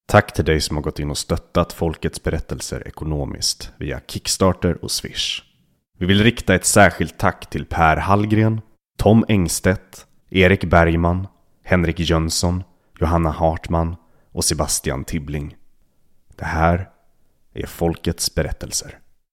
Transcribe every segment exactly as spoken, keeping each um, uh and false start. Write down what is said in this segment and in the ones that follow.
Tack till dig som har gått in och stöttat Folkets berättelser ekonomiskt via Kickstarter och Swish. Vi vill rikta ett särskilt tack till Per Hallgren, Tom Engstedt, Erik Bergman, Henrik Jönsson, Johanna Hartman och Sebastian Tibbling. Det här är Folkets berättelser.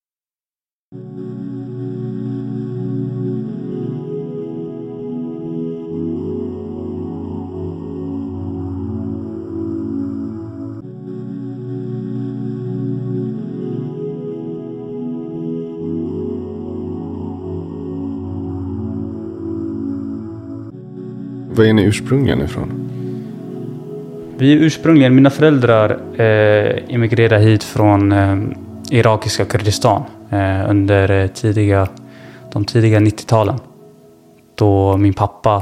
Var är ni ursprungligen ifrån? Vi är ursprungligen, mina föräldrar eh, emigrerade hit från eh, irakiska Kurdistan eh, under eh, tidiga, de tidiga nittio-talen. Då min pappa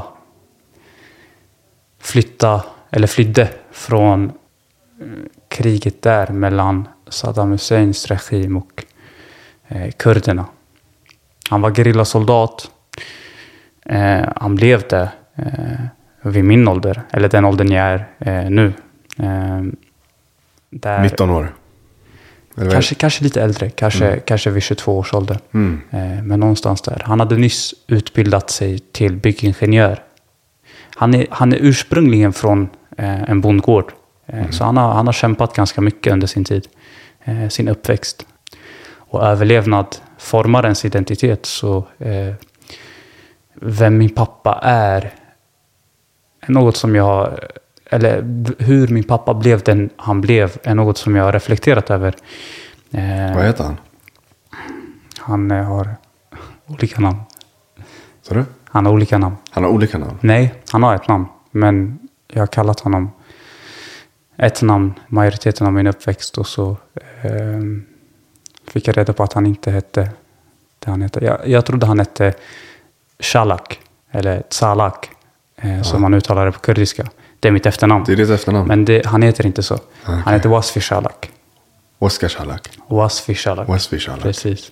flyttade, eller flydde från eh, kriget där mellan Saddam Husseins regim och eh, kurderna. Han var gerillasoldat. Eh, han blev det. Eh, vid min ålder, eller den åldern jag är eh, nu. Eh, där, nitton år? Eller kanske, kanske lite äldre, kanske, mm. kanske vid tjugotvå års ålder. Mm. Eh, men någonstans där. Han hade nyss utbildat sig till byggingenjör. Han är, han är ursprungligen från eh, en bondgård. Eh, mm. Så han har, han har kämpat ganska mycket under sin tid. Eh, sin uppväxt. Och överlevnad formar ens identitet. Så eh, vem min pappa är är något som jag, eller hur min pappa blev den han blev, är något som jag har reflekterat över. Eh, Vad heter han? Han eh, har olika namn. Så du? Han har olika namn. Han har olika namn? Nej, han har ett namn. Men jag har kallat honom ett namn majoriteten av min uppväxt. Och så eh, fick jag reda på att han inte hette det han heter. Jag, jag trodde han hette Shalak. Eller Tsalak. Eh, som man uttalar det på kurdiska. Det är mitt efternamn. Det är ditt efternamn? Men det, han heter inte så. Okay. Han heter Wasfi Shalak. Oskar Shalak? Wasfi Shalak. Wasfi Shalak. Precis.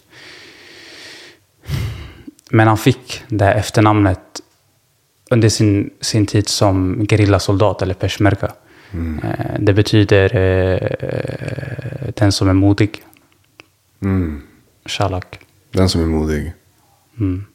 Men han fick det här efternamnet under sin, sin tid som gerillasoldat eller peshmerga. Mm. Eh, det betyder eh, den som är modig. Mm. Shalak. Den som är modig. Mm.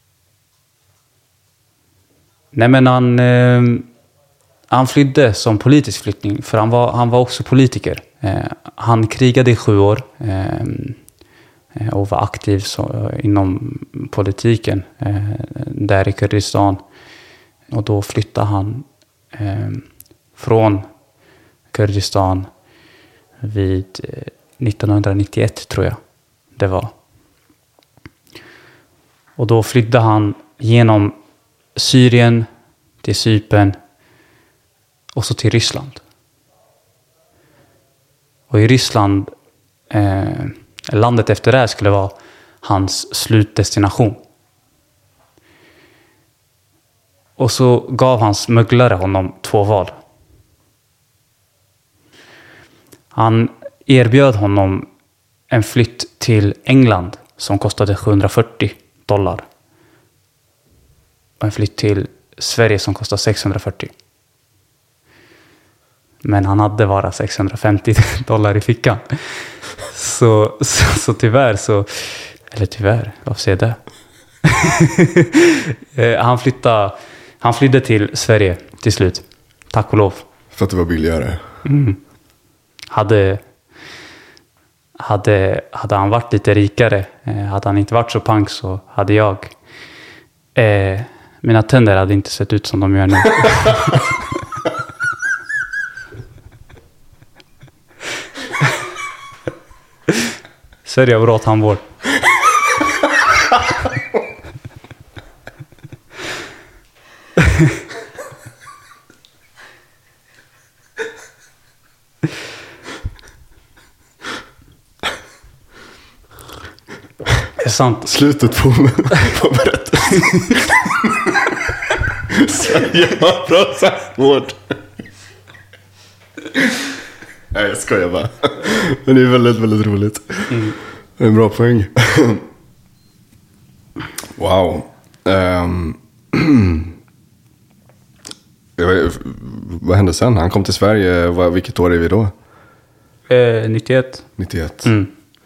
Nej, men han, eh, han flydde som politisk flyktning. För han var, han var också politiker. Eh, han krigade i sju år. Eh, och var aktiv så, inom politiken. Eh, där i Kurdistan. Och då flyttade han eh, från Kurdistan vid eh, nittonhundranittioett tror jag det var. Och då flydde han genom Syrien till Cypern och så till Ryssland. Och i Ryssland, eh, landet efter det här skulle vara hans slutdestination. Och så gav hans smugglare honom två val. Han erbjöd honom en flytt till England som kostade sjuhundrafyrtio dollar. Och en flytt till Sverige som kostar sexhundrafyrtio. Men han hade bara sexhundrafemtio dollar i fickan. Så, så, så tyvärr så... Eller tyvärr, varför säger jag det? han, flyttade, han flydde till Sverige till slut. Tack och lov. För att det var billigare. Mm. Hade, hade, hade han varit lite rikare, hade han inte varit så pank så hade jag... Eh, mina tänder hade inte sett ut som de gör nu. Sverige har bra tandvård. Det är sant. Slutet på, på berättelsen. Sverige har bra tandvård. Nej, jag skojar bara. Men det är väldigt, väldigt roligt. Mm. Det är en bra poäng. Wow. Um, Vad hände sen? Han kom till Sverige, vad, vilket år är vi då? Eh, nittioett. nittioett. Mm.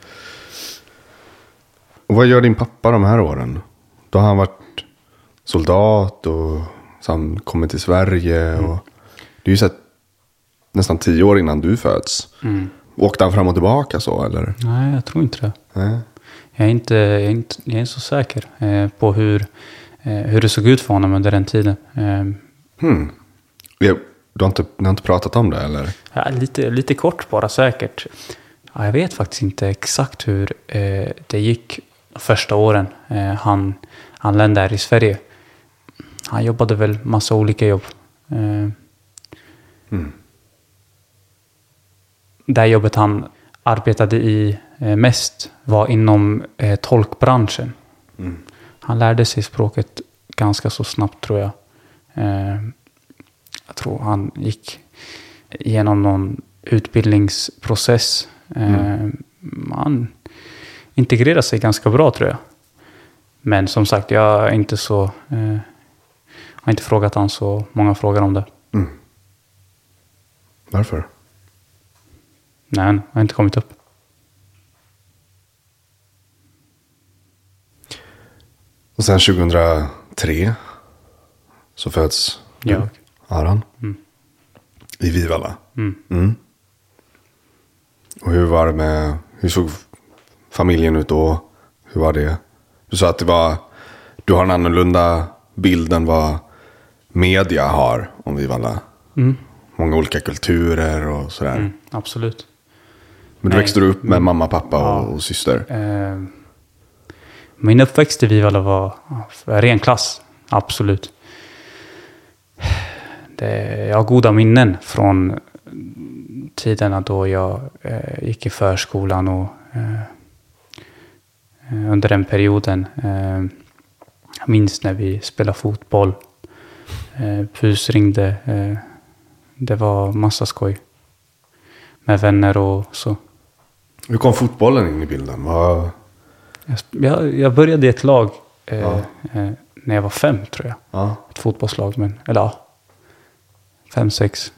Och vad gör din pappa de här åren? Då har han varit soldat och så han kommit till Sverige. Mm. Och det är ju så att nästan tio år innan du föds. Mm. Åkte han fram och tillbaka så, eller? Nej, jag tror inte det. Nej. Jag är inte, jag är inte, jag är inte så säker eh, på hur, eh, hur det såg ut för honom under den tiden. Eh, hmm. Du har inte, ni har inte pratat om det, eller? Ja, lite, lite kort bara säkert. Ja, jag vet faktiskt inte exakt hur eh, det gick första åren. Eh, han, han lände här i Sverige. Han jobbade väl massa olika jobb. Eh, hmm. Det jobbet han arbetade i eh, mest var inom eh, tolkbranschen. Mm. Han lärde sig språket ganska så snabbt, tror jag. Eh, jag tror han gick igenom någon utbildningsprocess. Eh, mm. Han integrerade sig ganska bra, tror jag. Men som sagt, jag är inte så... Eh, har inte frågat han så många frågor om det. Mm. Varför? Nej, jag har inte kommit upp. Och sen tjugohundratre så föds ja. Aran mm. i Vivalla. Mm. Mm. Och hur var det med, hur såg familjen ut då? Hur var det? Du sa att det var, du har en annorlunda bild än vad media har om Vivalla. Mm. Många olika kulturer och sådär. Mm, absolut. Men du Nej. växte du upp med mamma, pappa ja. och, och syster? Eh, min uppväxt i Vivalla var ja, ren klass. Absolut. Det, jag har goda minnen från tiderna då jag eh, gick i förskolan och eh, under den perioden. Eh, jag minns när vi spelade fotboll. Eh, pus ringde. Eh, det var massa skoj. Med vänner och så. Hur kom fotbollen in i bilden? Vad... Jag, jag började i ett lag eh, ja. eh, när jag var fem, tror jag. Ja. Ett fotbollslag, men, eller ja. Fem, sex.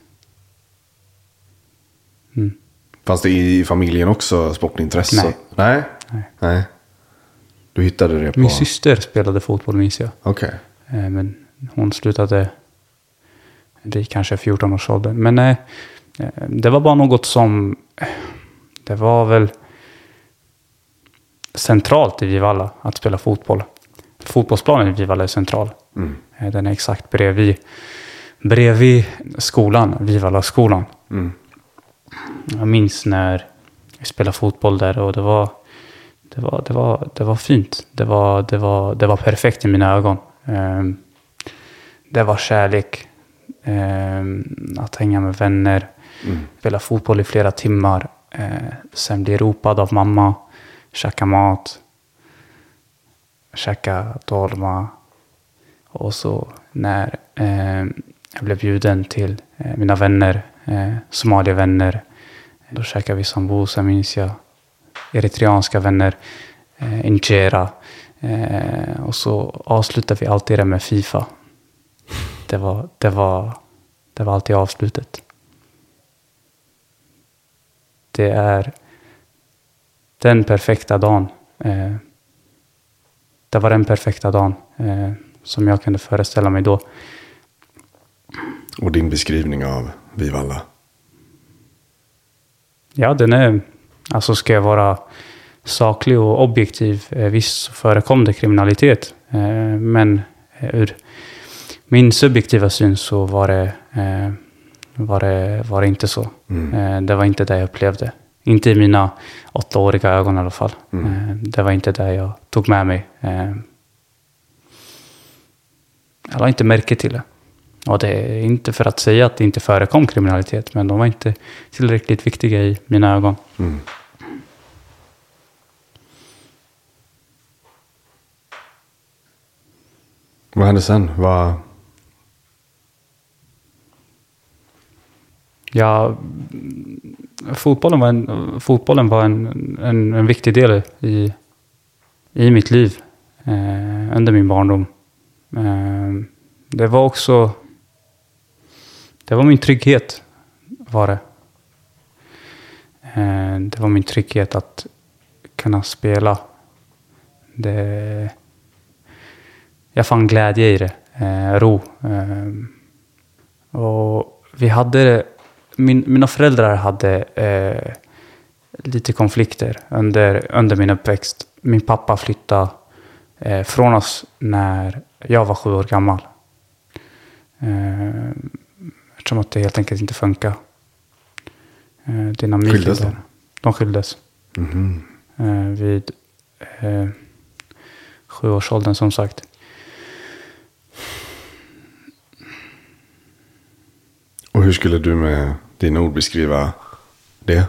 Mm. Fanns det i familjen också sportintresse? Nej. Nej? Nej. Nej. Du hittade det på... Min syster spelade fotboll, minns jag. Okej. Okay. Eh, men hon slutade vid kanske fjorton års ålder. Men nej, eh, det var bara något som... Det var väl centralt i Vivalla att spela fotboll. Fotbollsplanen i Vivalla är central. Mm. Eh, den är exakt bredvid, bredvid skolan, Vivalla-skolan. Mm. Jag minns när vi spelade fotboll där och det var... Det var, det var, det var fint. Det var, det var, det var perfekt i mina ögon. Um, det var kärlek. Um, att hänga med vänner. Mm. Spela fotboll i flera timmar. Uh, sen bli ropad av mamma. Käka mat. Käka dolma. Och så när uh, jag blev bjuden till uh, mina vänner. Uh, Somalievänner. Då käkade vi sambusa, minns jag. Eritreanska vänner, eh, injera. Eh, och så avslutade vi alltid det med FIFA. Det var, det var, det var alltid avslutet. Det är den perfekta dagen. Eh, det var den perfekta dagen eh, som jag kunde föreställa mig då. Och din beskrivning av Vivalla? Ja, den är... Alltså ska jag vara saklig och objektiv, eh, visst så förekom det kriminalitet. Eh, men eh, ur min subjektiva syn så var det, eh, var det, var det inte så. Mm. Eh, det var inte det jag upplevde. Inte i mina åttaåriga ögon i alla fall. Mm. Eh, det var inte det jag tog med mig. Eh, jag la inte märke till det. Och det är inte för att säga att det inte förekom kriminalitet, men de var inte tillräckligt viktiga i mina ögon. Mm. Vad hände sen? Vad... Ja, fotbollen var en, fotbollen var en, en, en viktig del i, i mitt liv eh, under min barndom. Eh, det var också... det var min trygghet, var det. Eh, det var min trygghet att kunna spela. Det, jag fann glädje i det, eh, ro. Eh, och vi hade, min, mina föräldrar hade eh, lite konflikter under, under min uppväxt. Min pappa flyttade eh, från oss när jag var sju år gammal. Eh, eftersom att det helt enkelt inte funkar. Eh, dynamiken skildes de? där. De skildes. Mm-hmm. Eh, vid eh, sjuårsåldern som sagt. Och hur skulle du med dina ord beskriva det?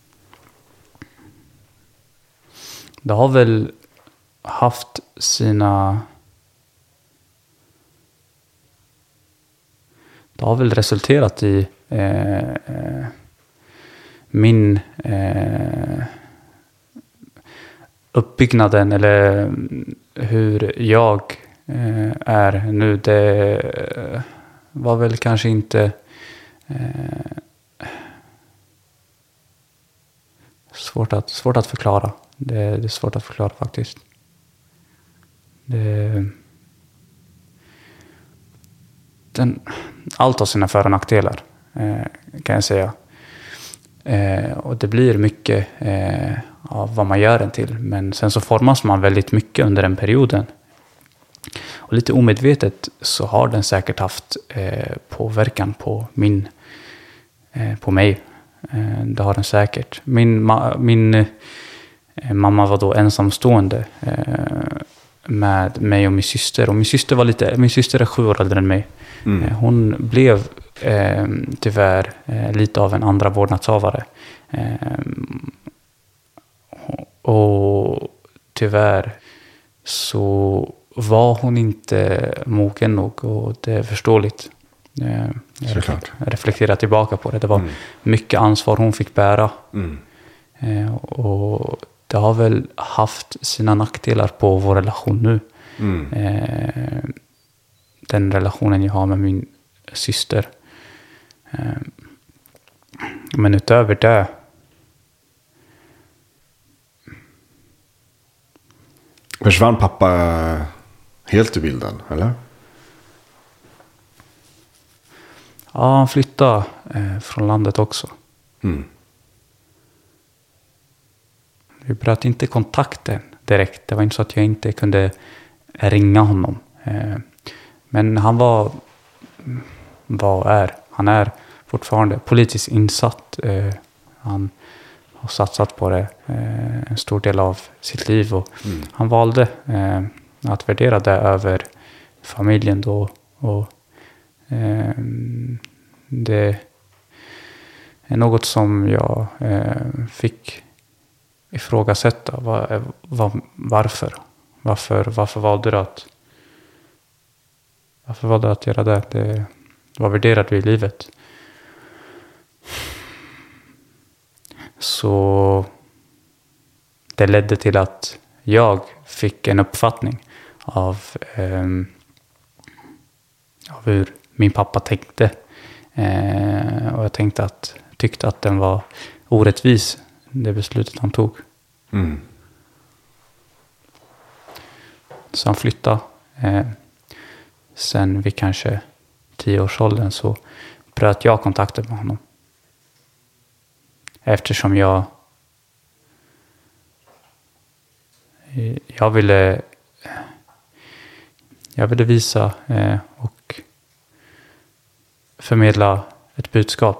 Det har väl haft sina... Det har väl resulterat i eh, eh, min eh, uppbyggnaden eller hur jag eh, är nu. Det var väl kanske inte eh, svårt att, svårt att förklara. Det, det är svårt att förklara faktiskt. Det, den, allt har sina för- och nackdelar eh, kan jag säga. Eh, och det blir mycket eh, av vad man gör den till. Men sen så formas man väldigt mycket under den perioden. Och lite omedvetet så har den säkert haft eh, påverkan på min eh, på mig. Eh, det har den säkert. Min, ma- min eh, mamma var då ensamstående eh, med mig och min syster. Och min syster var lite, min syster är sju år äldre än mig. Mm. Eh, hon blev eh, tyvärr eh, lite av en andra vårdnadshavare. Eh, och tyvärr så var hon inte mogen nog, och det är förståeligt. Eh, jag Såklart. reflekterar tillbaka på det. Det var mm. mycket ansvar hon fick bära. Mm. Eh, och det har väl haft sina nackdelar på vår relation nu. Mm. Eh, den relationen jag har med min syster. Eh, men utöver det försvann pappa helt ur bilden, eller? ja, han flyttade eh, från landet också. Mm. Vi bröt inte kontakten direkt. Det var inte så att jag inte kunde ringa honom. Eh, men han var, vad är, han är fortfarande politiskt insatt. Eh, han har satsat på det eh, en stor del av sitt liv. Och Mm. han valde eh, att värdera det över familjen då. Och eh, det är något som jag eh, fick ifrågasätta. Var, var, varför? Varför, varför valde du att varför valde du att göra det? Det vad värderar du i livet? Så det ledde till att jag fick en uppfattning av, eh, av hur min pappa tänkte. Eh, och jag tänkte att, tyckte att den var orättvis, det beslutet han tog. Mm. Så han flyttade. Eh, sen vid kanske tioårsåldern så bröt jag kontakten med honom. Eftersom jag jag ville jag ville visa eh, och förmedla ett budskap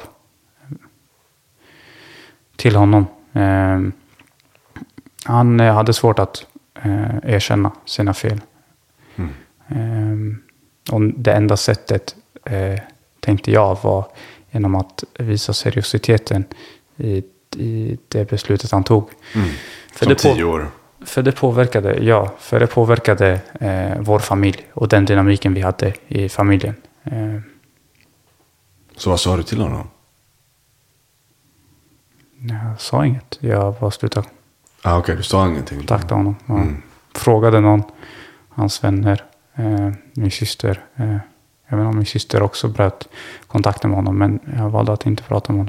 till honom. Eh, han eh, hade svårt att eh, erkänna sina fel. Mm. Eh, och det enda sättet eh, tänkte jag var genom att visa seriositeten i, i det beslutet han tog. Mm. För Som det på, tio år. För det påverkade, ja, för det påverkade eh, vår familj och den dynamiken vi hade i familjen. Eh, Så vad sa du till honom? jag sa inget. Jag bara slutade Ah, Okej, okay, du sa ingenting. kontakta honom. Jag Mm. frågade någon, hans vänner, eh, min syster. Eh, Även om min syster också bröt kontakten med honom. Men jag valde att inte prata med honom.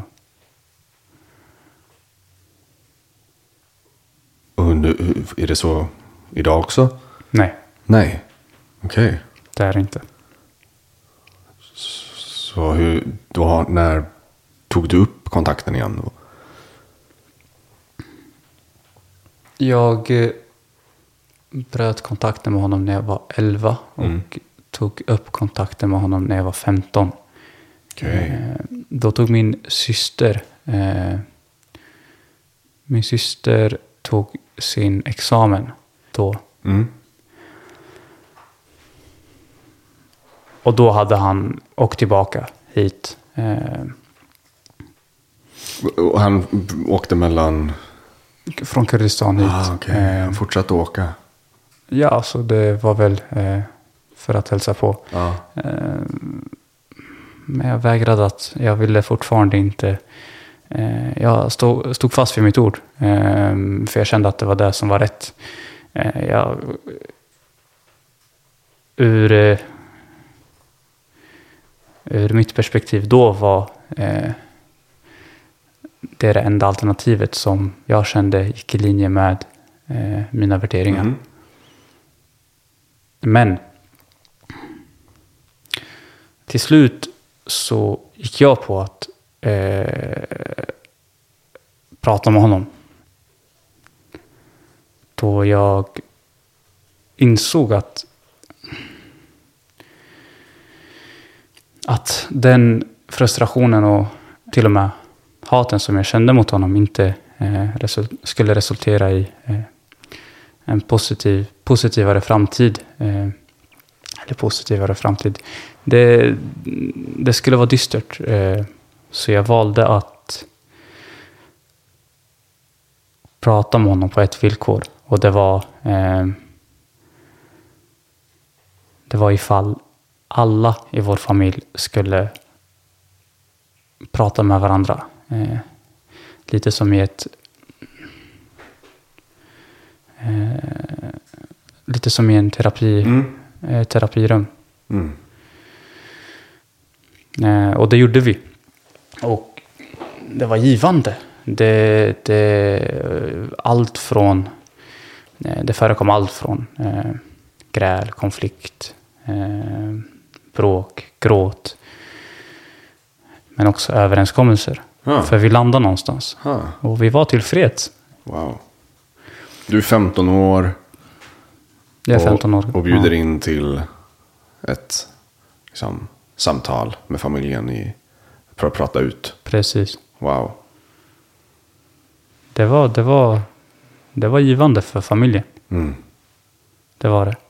Och nu, är det så idag också? Nej, Nej. Okej. Okay. det är det inte. Så hur, då, när tog du upp kontakten igen då? Jag eh, bröt kontakten med honom när jag var elva. Och Mm. tog upp kontakten med honom när jag var femton. Okay. Eh, då tog min syster... Eh, min syster tog sin examen då. Mm. Och då hade han åkt tillbaka hit. Eh, Och han åkte mellan... från Kurdistan hit. Ah, okay. eh, Han fortsatte åka. ja, alltså det var väl eh, för att hälsa på. Ja. Eh, men jag vägrade att... Jag ville fortfarande inte... Eh, jag stod, stod fast vid mitt ord. Eh, för jag kände att det var det som var rätt. Eh, jag... Ur... Eh, ur mitt perspektiv då var... Eh, det är det enda alternativet som jag kände gick i linje med eh, mina värderingar. Mm. Men till slut så gick jag på att eh, prata med honom. Då jag insåg att att den frustrationen och till och med haten som jag kände mot honom inte eh, resul- skulle resultera i eh, en positiv, positivare framtid. Eh, eller positivare framtid. Det, det skulle vara dystert. Eh, så jag valde att prata med honom på ett villkor. Och det var eh, det var ifall alla i vår familj skulle prata med varandra. Eh, lite som i ett eh, lite som i en terapi, Mm. eh, terapirum. Mm. Eh, och det gjorde vi. Och det var givande. Det, det, allt från, eh, det förekom allt från eh, gräl, konflikt, eh, bråk, gråt. Men också överenskommelser. Ah. För vi landade någonstans. Ah. Och vi var tillfreds. Wow. Du är femton år. Jag är femton år. Och, och bjuder Ja. in till ett liksom, samtal med familjen i, för att prata ut. Precis. Wow. Det var, det var, det var givande för familjen. Mm. Det var det.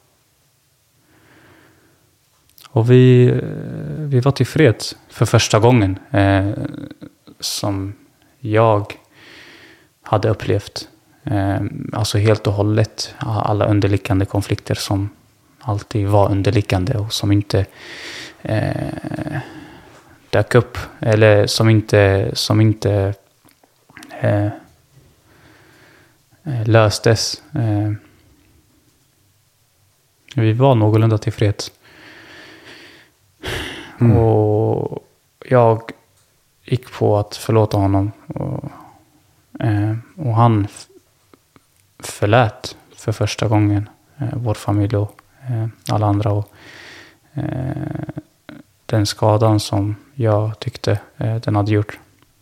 Och vi, vi var tillfreds för första gången. Eh, som jag hade upplevt. Eh, alltså helt och hållet. Alla underliggande konflikter som alltid var underliggande. Och som inte eh, dök upp. Eller som inte, som inte eh, löstes. Eh, vi var någorlunda tillfreds. Mm. Och jag gick på att förlåta honom. Och, eh, och han f- förlät för första gången eh, vår familj och eh, alla andra. Och, eh, den skadan som jag tyckte eh, den hade gjort.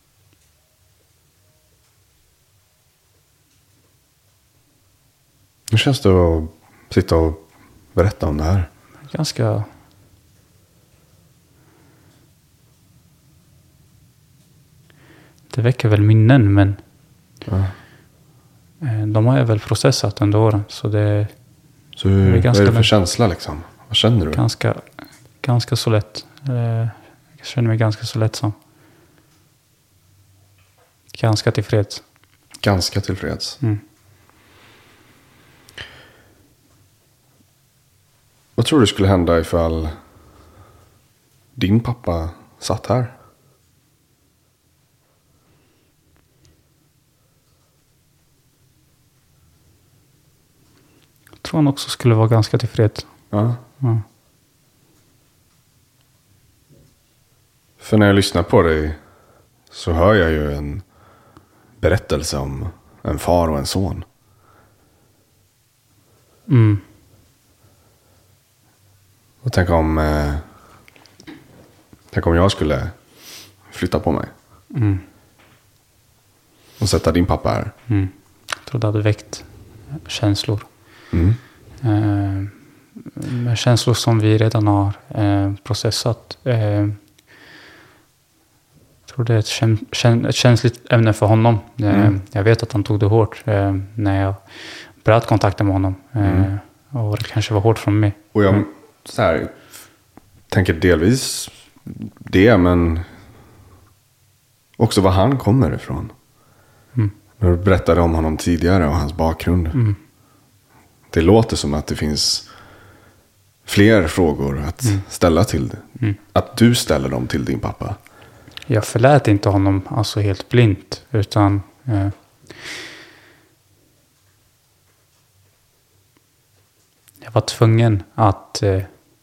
Hur känns det att sitta och berätta om det här? Ganska... Det väcker väl minnen, men Ja. de har jag väl processat under åren. Så det Så hur, Det är vad ganska är det för lätt. känsla liksom? Vad känner du? är ganska, ganska så lätt. Eh, Jag känner mig ganska så lättsam. Ganska tillfreds. Ganska tillfreds. Mm. Vad tror du skulle hända ifall din pappa satt här? Jag tror han också skulle vara ganska tillfreds. Ja. Ja. För när jag lyssnar på dig så hör jag ju en berättelse om en far och en son. Mm. Och tänk om, eh, tänk om jag skulle flytta på mig. Mm. Och sätta din pappa här. Mm. Jag tror det hade väckt känslor. Mm. Eh, med känslor som vi redan har eh, processat. Eh, jag tror det är ett, käm- käm- ett känsligt ämne för honom. Eh, Mm. Jag vet att han tog det hårt eh, när jag bröt kontakten med honom. Eh, Mm. Och det kanske var hårt från mig. Och jag så här, tänker delvis det, men också var han kommer ifrån. Mm. När du berättade om honom tidigare och hans bakgrund. Mm. Det låter som att det finns fler frågor att Mm. ställa till det. Mm. Att du ställer dem till din pappa. Jag förlät inte honom alltså helt blint. Utan eh, jag var tvungen att eh,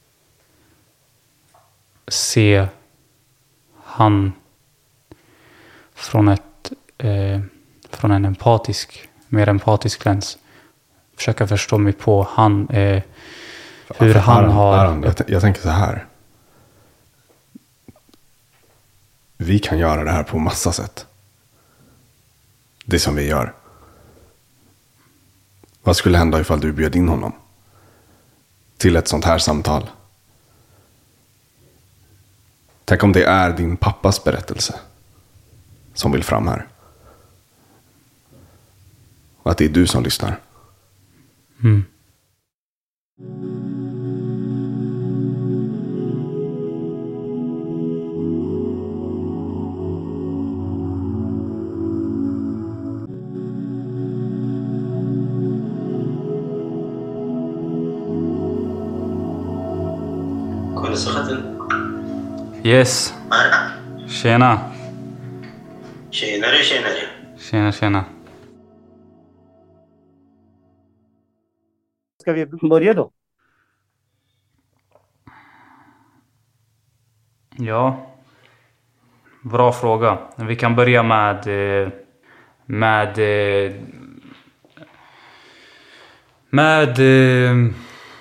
se han från ett eh, från en empatisk, mer empatisk lens. Försöka förstå mig på han, eh, hur För han Aron, har... Aron, jag, t- jag tänker så här. Vi kan göra det här på massa sätt. Det som vi gör. Vad skulle hända ifall du bjöd in honom till ett sånt här samtal? Tänk om det är din pappas berättelse som vill fram här. Och att det är du som lyssnar. Mm. كل سخة Yes, مرة tjena. tjenare, tjenare. Tjena, tjena. Ska vi börja då? Ja, bra fråga. Vi kan börja med eh, med eh, med eh,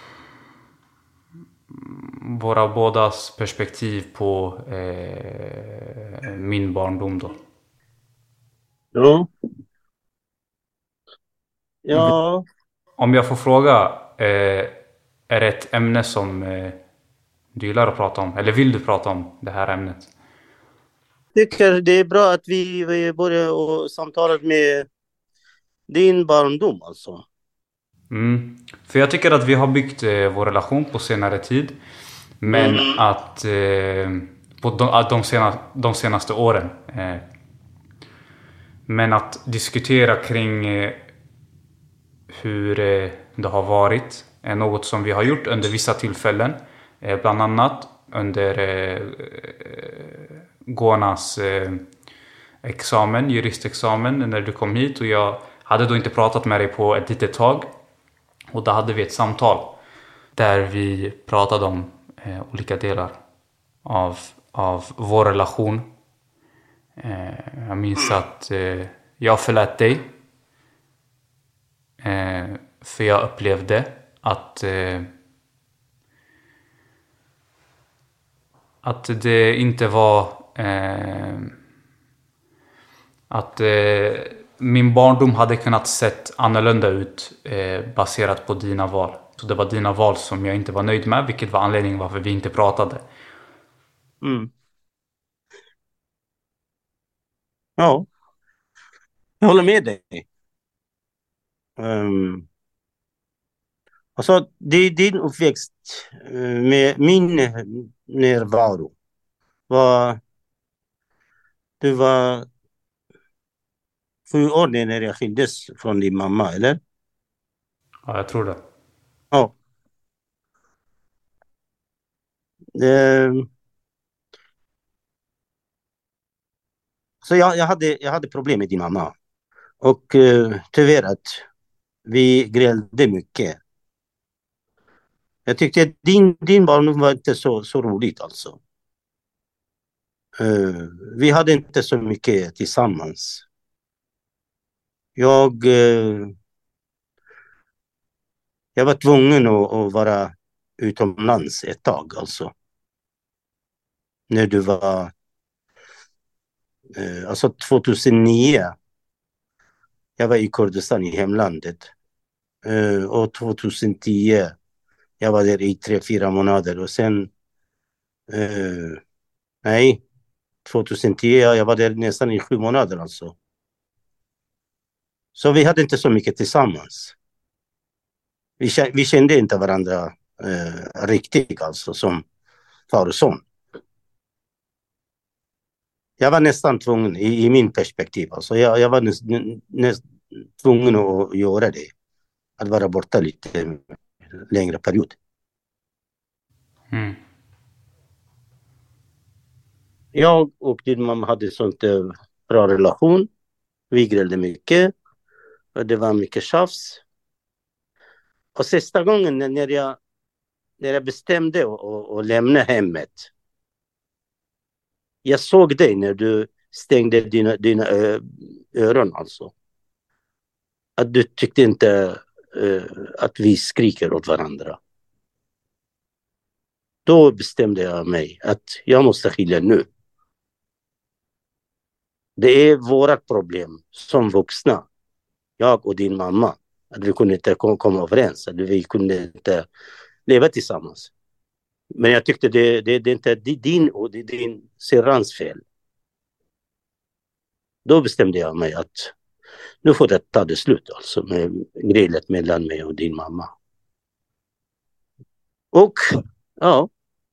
våra bådas perspektiv på eh, min barndom då. Ja. Ja, Om jag får fråga, eh, är det ett ämne som eh, du gillar att prata om? Eller vill du prata om det här ämnet? tycker det är bra att vi, vi börjar och samtala med din barndom alltså. Mm. För jag tycker att vi har byggt eh, vår relation på senare tid. Men Mm. att eh, på de, att de, sena, de senaste åren. Eh, men att diskutera kring eh, hur eh, det har varit är något som vi har gjort under vissa tillfällen. Eh, bland annat under eh, Gonas eh, examen, juristexamen, när du kom hit. Och jag hade då inte pratat med dig på ett litet tag. Och då hade vi ett samtal där vi pratade om eh, olika delar av, av vår relation. Eh, jag minns att eh, jag förlät dig. Eh, för jag upplevde att eh, att det inte var eh, att eh, min barndom hade kunnat sett annorlunda ut eh, baserat på dina val. Så det var dina val som jag inte var nöjd med, vilket var anledningen varför vi inte pratade. Mm. Ja, jag håller med dig. Um, alltså, det är din uppväxt eh, med min närvaro. Var, du var sju år när jag skildes från din mamma, eller? Ja, jag tror det. Ja. Um, så jag, jag, hade, jag hade problem med din mamma. Och uh, tyvärr att vi grälde mycket. Jag tyckte att din, din barndom var inte så, så roligt alltså. Uh, vi hade inte så mycket tillsammans. Jag, uh, jag var tvungen att, att vara utomlands ett tag alltså. När du var... Uh, alltså tjugohundranio. Jag var i Kurdistan i hemlandet. Uh, och tjugohundratio. Jag var där i tre, fyra månader. Och sen... Uh, nej. tjugohundratio. Jag var där nästan i sju månader alltså. Så vi hade inte så mycket tillsammans. Vi kände, vi kände inte varandra uh, riktigt alltså. Som far och son. Jag var nästan tvungen, i, i min perspektiv. Alltså jag, jag var näst, näst, tvungen att göra det. Att vara borta lite längre period. Mm. Jag och din mamma hade sånt uh, bra relation. Vi grälde mycket. Och det var mycket tjafs. Och sista gången när jag, när jag bestämde att, att lämna hemmet. Jag såg dig när du stängde dina, dina ö, öron alltså. Att du tyckte inte uh, att vi skriker åt varandra. Då bestämde jag mig att jag måste skilja nu. Det är vårt problem som vuxna. Jag och din mamma. Att vi kunde inte komma överens. Att vi kunde inte leva tillsammans. Men jag tyckte det, det, det är inte din och det är din syrrans fel. Då bestämde jag mig att nu får det ta det slut alltså med grillet mellan mig och din mamma. Och ja,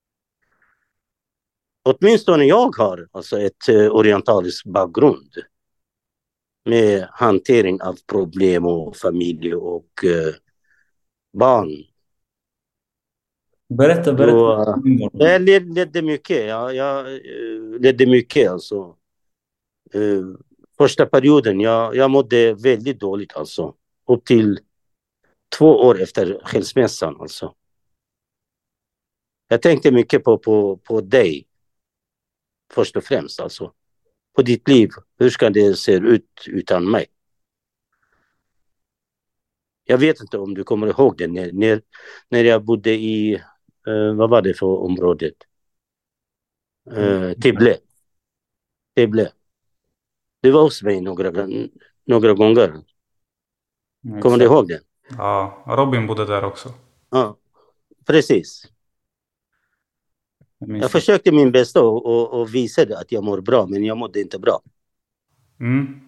åtminstone jag har alltså ett uh, orientalisk bakgrund med hantering av problem och familj och uh, barn. Berätta, berätta. Då, jag led, ledde mycket. Ja, jag uh, ledde mycket alltså. Uh, första perioden, jag, jag mådde väldigt dåligt alltså. Upp till två år efter skilsmässan alltså. Jag tänkte mycket på, på, på dig. Först och främst alltså. På ditt liv. Hur ska det se ut utan mig? Jag vet inte om du kommer ihåg det. När, när, när jag bodde i... Uh, vad var det för området? Uh, Tibble. Tibble. Du var hos mig några, några gånger. Mm, kommer du ihåg det? Ja, Robin bodde där också. Ja, precis. Jag, jag försökte min bästa och, och, och visade att jag mår bra, men jag mådde inte bra. Mm.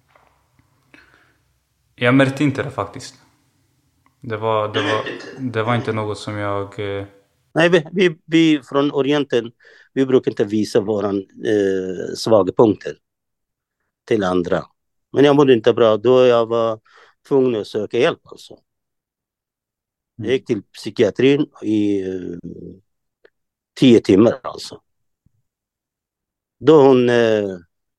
Jag märkte inte det faktiskt. Det var, det var, det var inte något som jag... Eh... Nej, vi, vi, vi från Orienten, vi brukar inte visa våra eh, svaga punkter till andra. Men jag mådde inte bra, då jag var tvungen att söka hjälp alltså. Jag gick till psykiatrin i eh, tio timmar alltså. Då hon eh,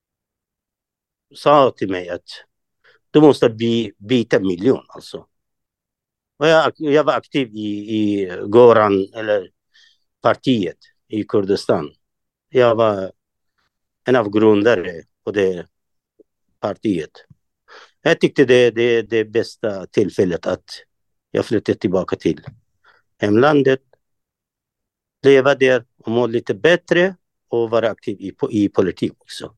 sa till mig att du måste bli, byta miljon alltså. Och jag, jag var aktiv i, i Goran, eller partiet i Kurdistan. Jag var en av grundare på det partiet. Jag tyckte det är det, det bästa tillfället att jag flyttade tillbaka till hemlandet. Leva där och må lite bättre och vara aktiv i, i politik också.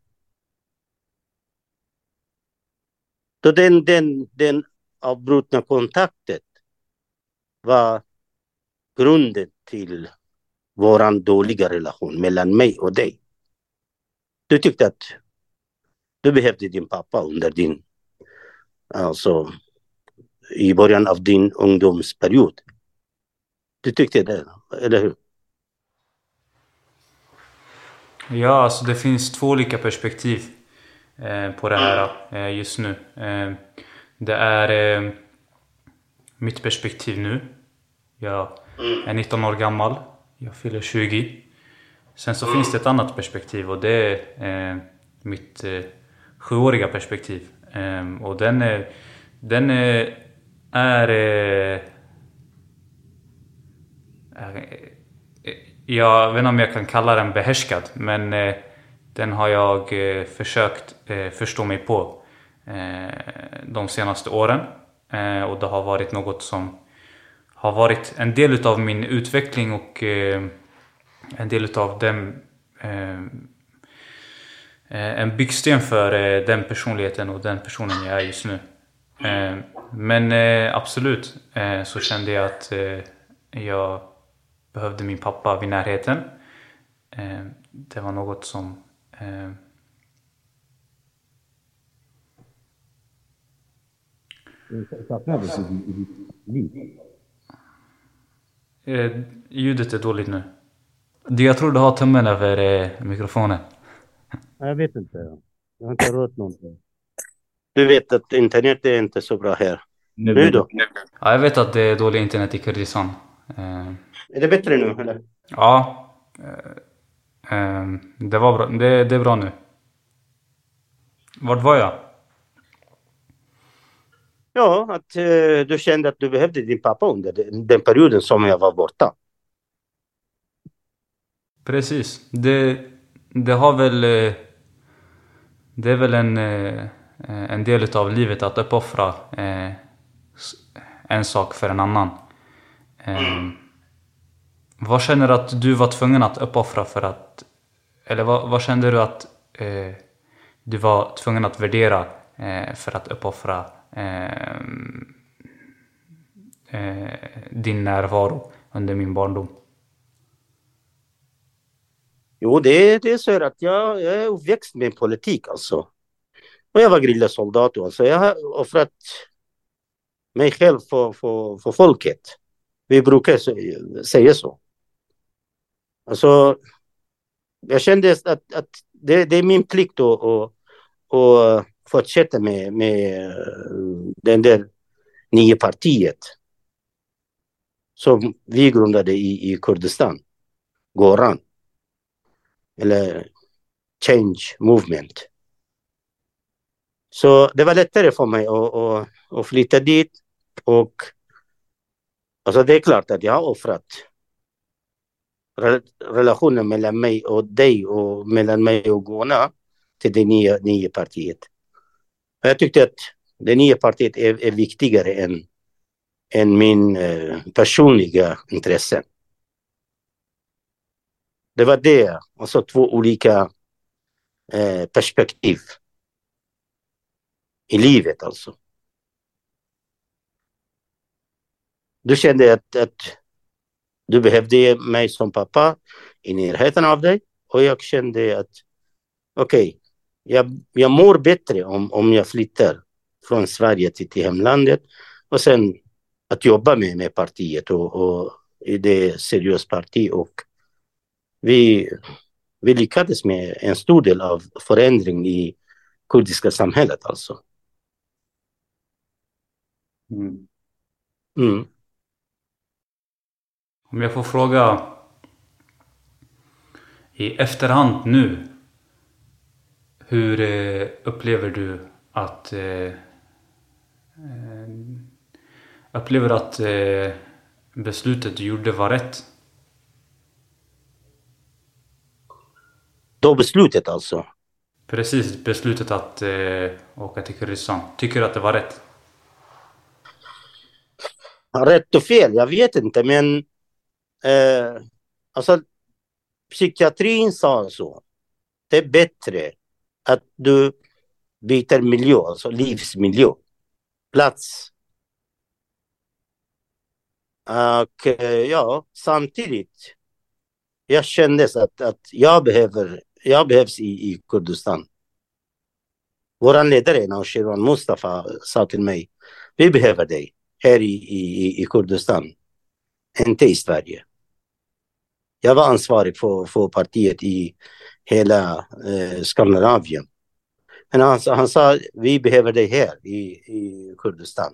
Så den, den, den avbrutna kontakten var grunden till våran dåliga relation mellan mig och dig. Du tyckte att du behövde din pappa under din, alltså i början av din ungdomsperiod. Du tyckte det, eller hur? Ja, alltså det finns två olika perspektiv eh, på det här eh, just nu. Eh, det är eh, mitt perspektiv nu. Jag är nitton år gammal. Jag fyller tjugo. Sen så finns det ett annat perspektiv och det är eh, mitt eh, sjuåriga perspektiv. Eh, och den är... Den är... är eh, jag vet inte om jag kan kalla den behärskad, men eh, den har jag eh, försökt eh, förstå mig på eh, de senaste åren. Eh, och det har varit något som har varit en del av min utveckling och eh, en del av den, eh, en byggsten för eh, den personligheten och den personen jag är just nu. Eh, men eh, absolut eh, så kände jag att eh, jag behövde min pappa vid närheten. Eh, det var något som eh, eh, ljudet är dåligt nu. Jag tror du har tummen över eh, mikrofonen. Jag vet inte. Jag har inte hört någonting. Du vet att internet är inte så bra här. Nu, nu då? Ja, jag vet att det är dåligt internet i Kurdistan. Eh, är det bättre nu eller? Ja. Eh, eh, det var bra. Det, det är bra nu. Vart var jag? Ja, att eh, du kände att du behövde din pappa under den, den perioden som jag var borta. Precis. Det, det har väl... Eh, det är väl en, eh, en del av livet att uppoffra eh, en sak för en annan. Eh, vad känner du att du var tvungen att uppoffra för att... Eller vad, vad kände du att eh, du var tvungen att värdera eh, för att uppoffra eh, eh, din närvaro under min barndom? Jo, det, det är så att jag, jag är uppväxt med politik alltså. Och jag var grillasoldat alltså. Jag har offrat mig själv för, för, för folket. Vi brukar säga så. Alltså, jag kände att, att det, det är min plikt att, att, att fortsätta med, med den där nya partiet som vi grundade i, i Kurdistan. Goran. Eller Change Movement. Så det var lättare för mig att, att, att flytta dit. Och alltså det är klart att jag har offrat relationen mellan mig och dig och mellan mig och Gona till det nya, nya partiet. Jag tyckte att det nya partiet är, är viktigare än, än min eh, personliga intressen. Det var det, alltså två olika eh, perspektiv i livet alltså. Du kände att, att du behövde mig som pappa i närheten av dig. Och jag kände att okej, okay, jag, jag mår bättre om, om jag flyttar från Sverige till, till hemlandet. Och sen att jobba med, med partiet och, och i det seriösa parti. Och vi, vi lyckades med en stor del av förändring i kurdiska samhället alltså. Mm. Mm. Om jag får fråga i efterhand nu, hur eh, upplever du att eh, upplever att eh, beslutet du gjorde var rätt? Då beslutet alltså? Precis, beslutet att eh, åka till Kurdistan. Tycker du att det var rätt? Rätt och fel, jag vet inte, men eh, alltså psykiatrin sa så. Det är bättre att du byter miljö, alltså livsmiljö, plats. Och ja, samtidigt jag kände att, att jag, behöver, jag behövs i, i Kurdistan. Vår ledare, Naushirwan Mustafa, sa till mig, vi behöver dig här i, i, i Kurdistan, inte i Sverige. Jag var ansvarig för, för partiet i hela eh, Skandinavien. Men han, han sa, vi behöver dig här i, i Kurdistan.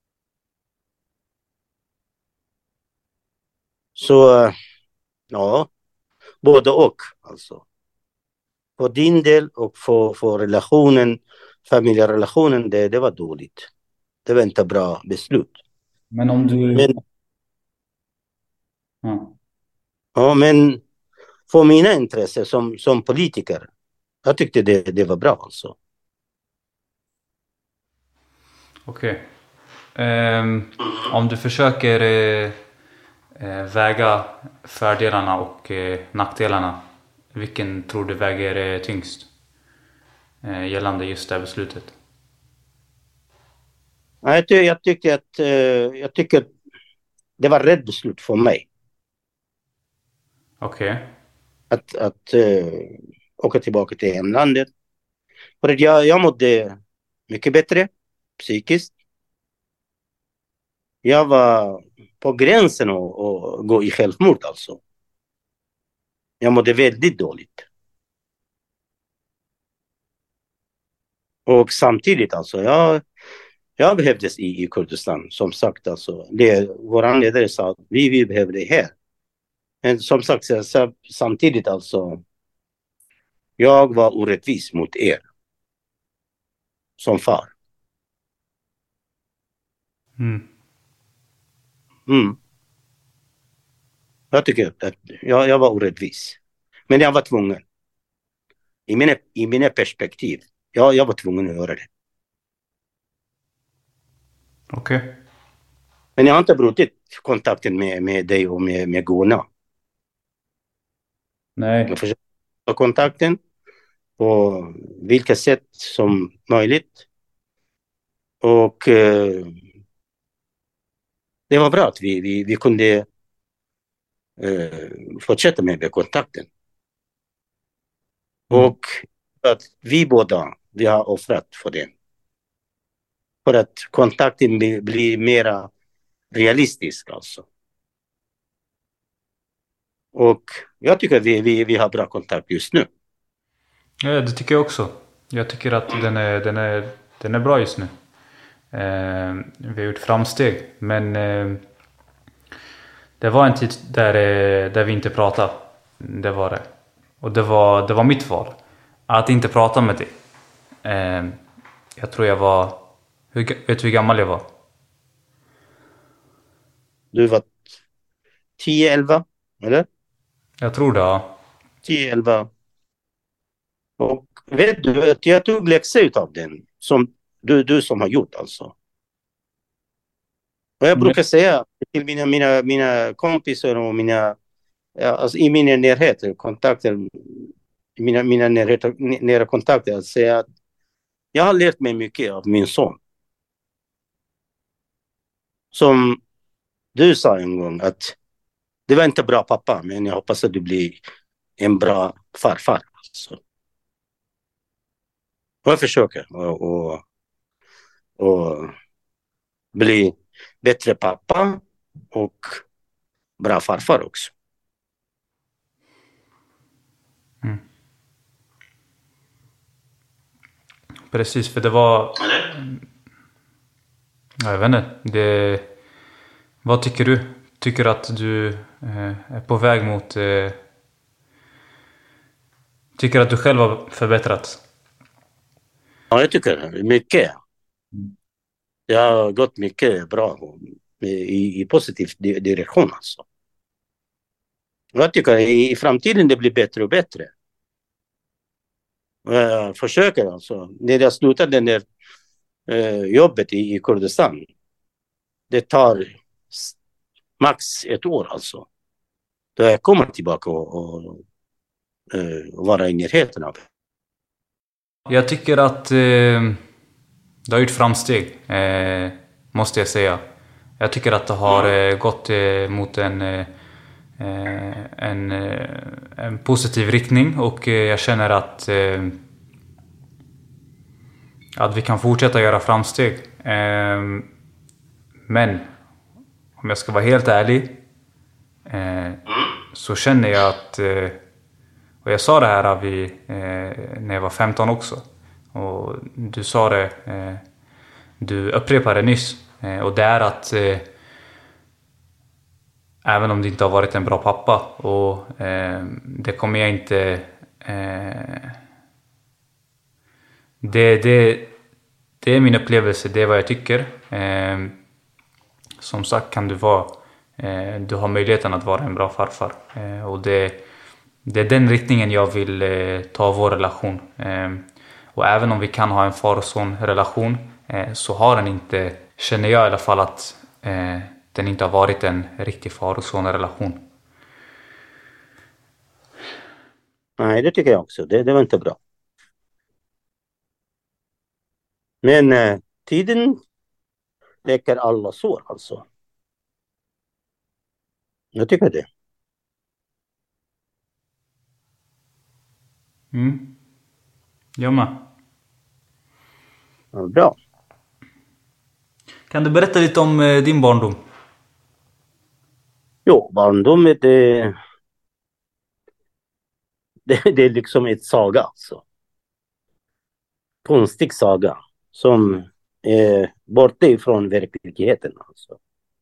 Så, ja, både och alltså. För din del och för, för relationen, familjerelationen, det, det var dåligt. Det var inte bra beslut. Men om du... Men, ja. ja, men för mina intressen som, som politiker, Jag tyckte det, det var bra alltså. Okej. Okay. Um, om du försöker uh, uh, väga fördelarna och uh, nackdelarna, vilken tror du väger uh, tyngst uh, gällande just det här beslutet? Jag, ty- jag tycker att uh, jag tycker det var rätt beslut för mig. Okej. Okay. Att, att uh, åka tillbaka till hemlandet. För att jag, jag mådde mycket bättre psykiskt. Jag var på gränsen att, att gå i självmord alltså. Jag mådde väldigt dåligt. Och samtidigt alltså, jag, jag behövdes i, i Kurdistan. Som sagt alltså, det, våran ledare sa att vi, vi behöver det här. Men som sagt, så, samtidigt alltså, jag var orättvis mot er. Som far. Mm. Mm. Jag tycker att jag, jag var orättvis. Men jag var tvungen. I mina, i mina perspektiv. Jag, jag var tvungen att göra det. Okej. Okay. Men jag har inte brutit kontakten med, med dig och med, med Gona. Nej. Jag försöker ta kontakten på vilka sätt som möjligt. Och eh, det var bra att vi, vi, vi kunde eh, fortsätta med kontakten. Mm. Och att vi båda, vi har offrat för det. För att kontakten blir, blir mer realistisk alltså. Och jag tycker att vi, vi, vi har bra kontakt just nu. Ja, det tycker jag också. Jag tycker att den är, den är, den är bra just nu. Eh, vi har gjort framsteg. Men eh, det var en tid där, där vi inte pratade. Det var det. Och det var, det var mitt val. Att inte prata med dig. Eh, jag tror jag var... Hur, vet du hur gammal jag var? Du var tio elva, eller? Jag tror det, ja. tio elva. Och vet du att jag tog läxor av den. Som du, du som har gjort alltså. Och jag brukar säga till mina, mina, mina kompisar och mina... Ja, alltså i mina närhet, kontakter... Mina, mina nära, nära kontakter att säga att jag har lärt mig mycket av min son. Som du sa en gång att det var inte bra pappa, men jag hoppas att du blir en bra farfar. Alltså. Och jag försöker och, och, och bli bättre pappa och bra farfar också. Mm. Precis, för det var... Jag vet inte. Det... Vad tycker du? Tycker att du eh, är på väg mot... Eh... Tycker att du själv har förbättrats? Ja, jag tycker mycket. Det har gått mycket bra i, i positiv direktion alltså. Jag tycker i, i framtiden det blir bättre och bättre. Jag försöker alltså. När jag slutar den där eh, jobbet i, i Kurdistan. Det tar max ett år alltså. Då jag kommer tillbaka och, och, och vara i närheten av. Jag tycker att eh, det har gjort framsteg, eh, måste jag säga. Jag tycker att det har eh, gått eh, mot en, eh, en, eh, en positiv riktning. Och eh, jag känner att, eh, att vi kan fortsätta göra framsteg. Eh, men om jag ska vara helt ärlig eh, så känner jag att... Eh, och jag sa det här vid, eh, när jag var femton också. Och du sa det, eh, du upprepade nyss. Eh, och det är att eh, även om det inte har varit en bra pappa. Och eh, det kommer jag inte... Eh, det, det, det är min upplevelse, det är vad jag tycker. Eh, som sagt kan du vara... Eh, du har möjligheten att vara en bra farfar. Eh, och det... Det är den riktningen jag vill eh, ta vår relation. Eh, och även om vi kan ha en far och son relation eh, så har den inte, känner jag i alla fall, att eh, den inte har varit en riktig far och son relation. Nej, det tycker jag också. Det, det var inte bra. Men eh, tiden läker alla sår alltså. Jag tycker det. Mm. Jag med. Ja, bra. Kan du berätta lite om eh, din barndom? Jo, barndomen det, det, det är liksom ett saga alltså. Konstig saga som är borta ifrån verkligheten alltså.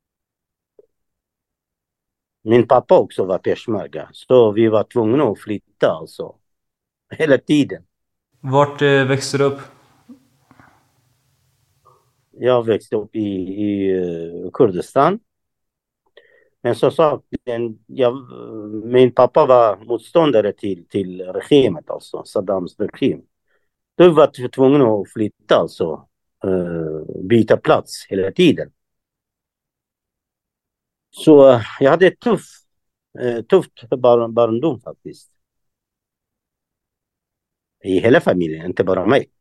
Min pappa också var peshmerga, så vi var tvungna att flytta alltså. Hela tiden. Vart eh, växte du upp? Jag växte upp i, i uh, Kurdistan. Men så sagt, den, jag, min pappa var motståndare till, till regimet, alltså Saddams regim. Då var vi tvungna att flytta, alltså uh, byta plats hela tiden. Så uh, jag hade ett tuff, uh, tufft barn, barndom faktiskt. I hela familjen, inte bara mig.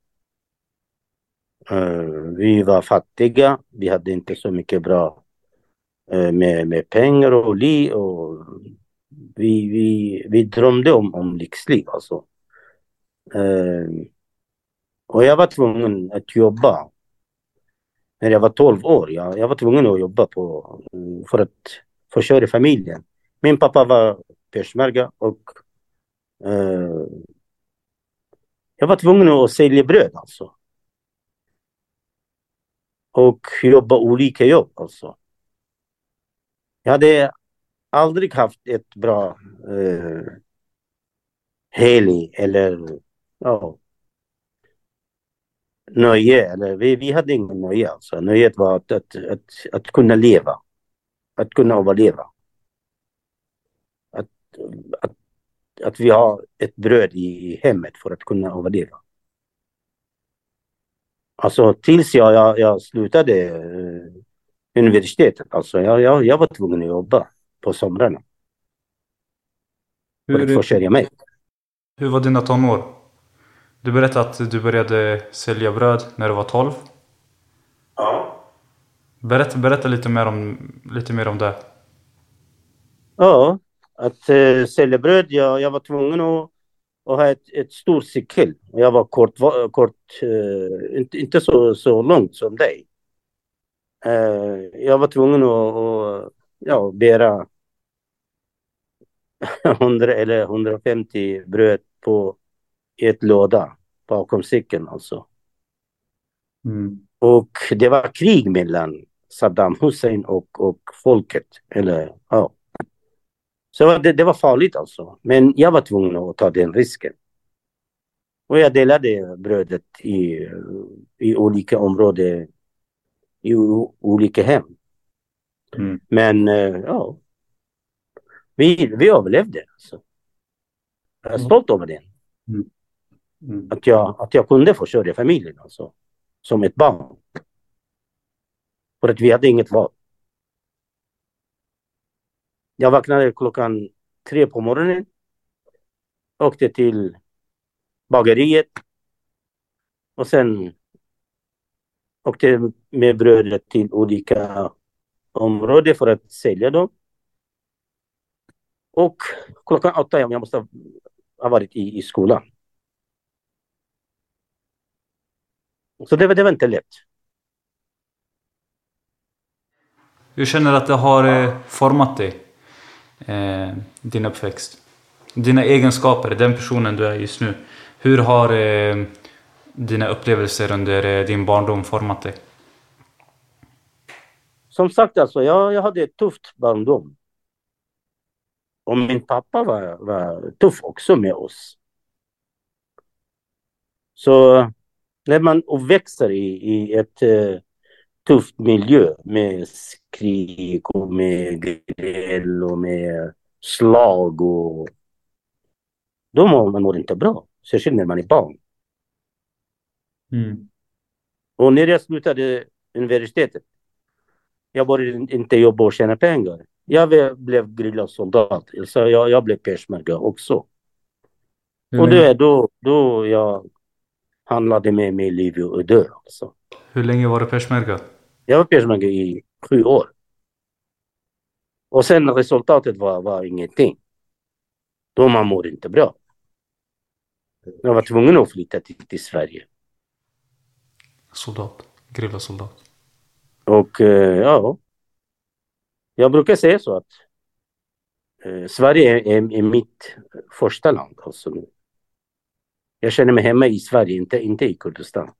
Uh, vi var fattiga, vi hade inte så mycket bra uh, med, med pengar och liv. Och vi, vi, vi drömde om, om lyxliv alltså. Uh, och jag var tvungen att jobba. När jag var tolv år, jag, jag var tvungen att jobba på, för att försörja familjen. Min pappa var peshmerga och uh, jag var tvungen att sälja bröd alltså. Och jobba olika jobb alltså. Jag hade aldrig haft ett bra uh, helg eller ja, nöje. Eller, vi, vi hade ingen nöje alltså. Nöjet var att, att, att, att kunna leva. Att kunna överleva. Att, att, att vi har ett bröd i hemmet för att kunna överleva. Alltså tills jag, jag, jag slutade uh, universitetet. Alltså jag, jag, jag var tvungen att jobba på somrarna. För att Hur, försörja mig. hur var dina tonår? Du berättade att du började sälja bröd när du var tolv. Ja. Berätta, berätta lite mer om, lite mer om det. Ja, att uh, sälja bröd. Jag, jag var tvungen att, att ha ett, ett stort cykel. Jag var kort, kort uh, inte, inte så, så långt som dig. Uh, jag var tvungen att, att ja, bära hundra eller hundrafemtio bröd på ett låda bakom cykeln alltså. Mm. Och det var krig mellan Saddam Hussein och, och folket. Eller, ja. Så det, det var farligt alltså. Men jag var tvungen att ta den risken. Och jag delade brödet i, i olika områden. I olika hem. Mm. Men ja. Vi, vi överlevde alltså. Jag är stolt över det. Mm. Mm. Att, jag, att jag kunde försörja familjen alltså. Som ett barn. För att vi hade inget val. Jag vaknade klockan tre på morgonen. Åkte till bageriet. Och sen åkte med brödet till olika områden för att sälja dem. Och klockan åtta jag måste ha varit i, i skolan. Så det var, det var inte lätt. Hur känner du att det har eh, format dig? Eh, din uppväxt? Dina egenskaper, den personen du är just nu. Hur har eh, dina upplevelser under eh, din barndom format dig? Som sagt alltså, jag, jag hade ett tufft barndom. Och min pappa var, var tuff också med oss. Så när man uppväxer i, i ett uh, tufft miljö med skrik och med gräl och med slag och Då mår man mår inte bra. Särskilt när man är barn. Mm. Och när jag slutade universitetet. Jag började inte jobba och tjäna pengar. Jag blev gerillasoldat. Så jag, jag blev peshmerga också. Hur, Och länge, det är då, då jag handlade med mig liv och dö. Alltså. hur länge var du peshmerga? Jag var peshmerga i sju år. Och sen resultatet var, var ingenting. Då man mår inte bra. Jag var tvungen att flytta till, till Sverige. Soldat. Gerillasoldat. Och eh, ja. Jag brukar säga så att eh, Sverige är, är, är mitt första land. Alltså. Jag känner mig hemma i Sverige, inte, inte i Kurdistan.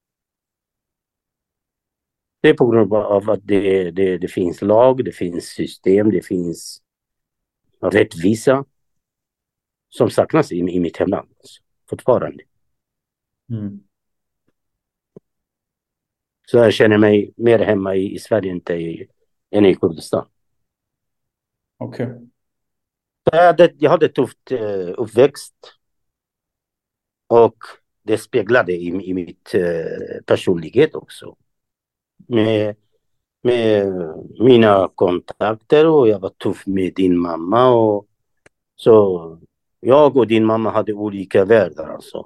Det är på grund av att det, det, det finns lag, det finns system, det finns rättvisa som saknas i, i mitt hemland. Alltså, fortfarande. Mm. Så jag känner mig mer hemma i, i Sverige inte i, än i Kurdistan. Okej. Okay. Jag hade, jag hade tufft uh, uppväxt. Och det speglade i, i mitt uh, personlighet också. Med, med mina kontakter och jag var tuff med din mamma. Och, så jag och din mamma hade olika världar alltså.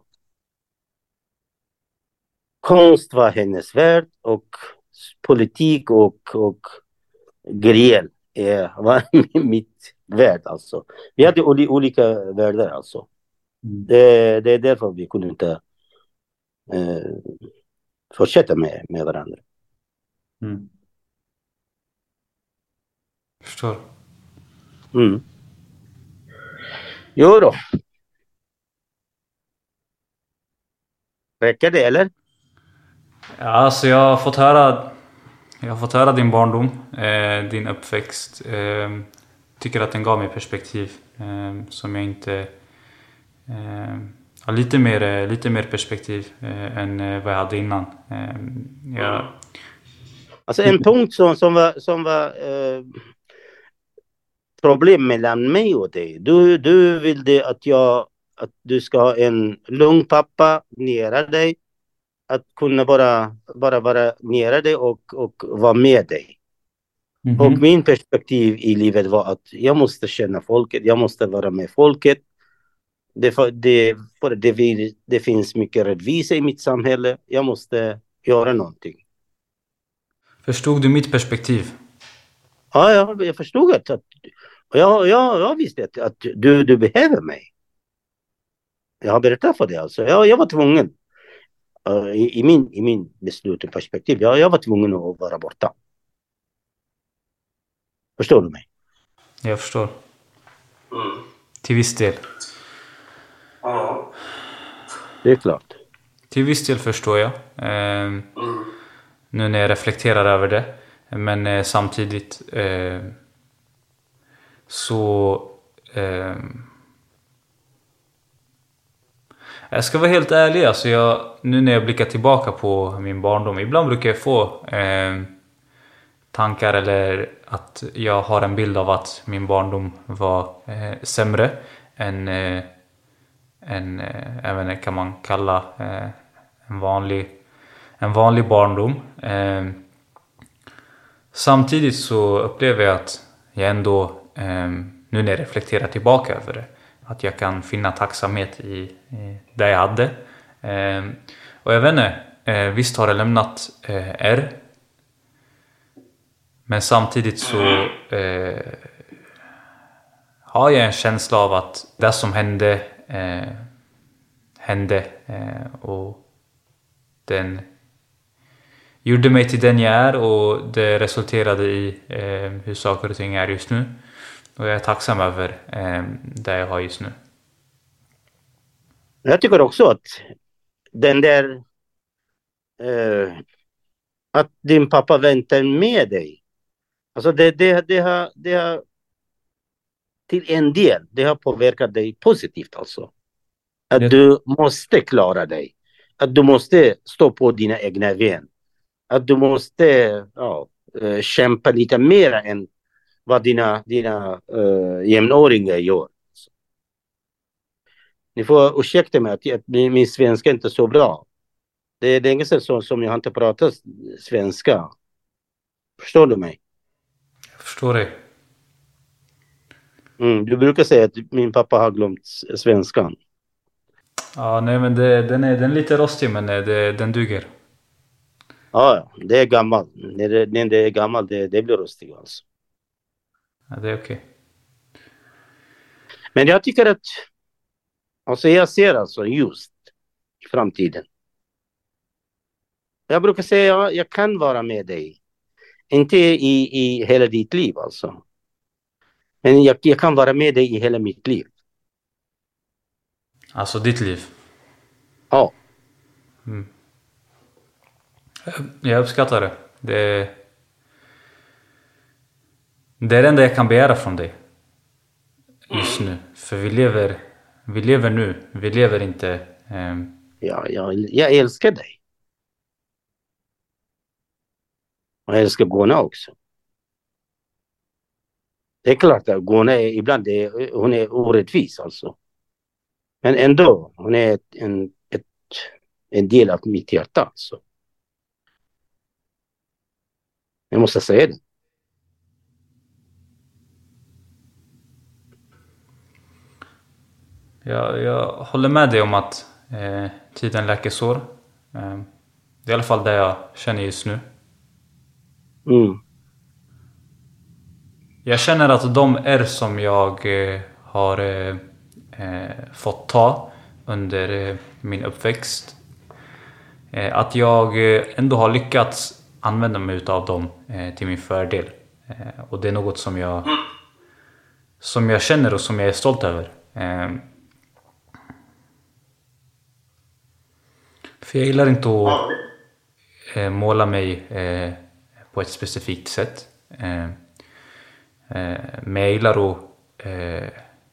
Konst var hennes värld och politik och, och grill var mitt värld alltså. Vi hade olika världar alltså. Mm. Det, det är därför vi kunde inte eh, fortsätta med, med varandra. Mm. Förstår. Mm. Jo då. Räcker det eller? Ja, alltså jag har fått höra Jag har fått höra din barndom, eh, din uppväxt. Eh, tycker att den gav mig perspektiv eh, som jag inte eh, har lite mer, lite mer perspektiv eh, än vad jag hade innan. Eh, jag... Alltså en punkt som, som var, som var eh, problem mellan mig och dig. Du, du ville att, jag, att du ska ha en lugn pappa nära dig. Att kunna bara, bara vara nära dig och, och vara med dig. Mm-hmm. Och min perspektiv i livet var att jag måste känna folket. Jag måste vara med folket. Det, det, det, det finns mycket rättvisa i mitt samhälle. Jag måste göra någonting. Förstod du mitt perspektiv? Ja, jag, jag förstod att, att jag, jag, jag visste att, att du, du behöver mig. Jag har berättat för dig alltså. Jag, jag var tvungen. I, i, min, i min beslut och perspektiv. Jag, jag var tvungen att vara borta. Förstår du mig? Jag förstår. Mm. Till viss del. Ja. Det är klart. Till viss del förstår jag. Eh, mm. Nu när jag reflekterar över det. Men eh, samtidigt eh, så eh, jag ska vara helt ärlig, alltså jag, nu när jag blickar tillbaka på min barndom, ibland brukar jag få eh, tankar eller att jag har en bild av att min barndom var eh, sämre än, eh, än eh, även kan man kalla eh, en vanlig en vanlig barndom. Eh, samtidigt så upplever jag att jag ändå eh, nu när jag reflekterar tillbaka över det, att jag kan finna tacksamhet i, i det jag hade. Eh, och jag vet inte, eh, visst har det lämnat eh, R. Men samtidigt så eh, har jag en känsla av att det som hände eh, hände. Eh, och den gjorde mig till den jag är och det resulterade i eh, hur saker och ting är just nu. Och jag är tacksam över eh, det jag har just nu. Jag tycker också att den där eh, att din pappa väntar med dig. Alltså det, det, det, har, det har till en del det har påverkat dig positivt alltså. Att det... du måste klara dig. Att du måste stå på dina egna ben. Att du måste ja, kämpa lite mer än vad dina, dina uh, jämnåringar gör. Ni får ursäkta mig att jag, min, min svenska är inte så bra. Det är länge sedan som, som jag inte pratat svenska. Förstår du mig? Jag förstår dig. Mm, du brukar säga att min pappa har glömt s- svenskan. Ja, nej men det, den, är, den är lite rostig men eh, det, den duger. Ja, ja, det är gammalt. När det, när det är gammalt, det, det blir rostigt alltså. Ja, det är okej. Men jag tycker att, alltså jag ser alltså just i framtiden. Jag brukar säga, jag, jag kan vara med dig. Inte i, i hela ditt liv alltså. Men jag, jag kan vara med dig i hela mitt liv. Alltså ditt liv. Ja, Jag uppskattar det. Det, det är det enda jag kan begära från dig. Just nu. För vi lever, vi lever nu. Vi lever inte... ehm, ja, ja, jag älskar dig. Och jag älskar Gona också. Det är klart att Gona är, ibland är, hon är orättvis alltså. Men ändå, hon är ett, en, ett, en del av mitt hjärta alltså. Jag måste säga det. Jag, jag håller med dig om att eh, tiden läker sår. Eh, det är i alla fall det jag känner just nu. Mm. Jag känner att de är som jag eh, har eh, eh, fått ta under eh, min uppväxt. Eh, att jag eh, ändå har lyckats använda mig av dem eh, till min fördel. Eh, och det är något som jag, som jag känner och som jag är stolt över. Eh, för jag gillar inte att eh, måla mig eh, på ett specifikt sätt. Eh, eh, men jag gillar att eh,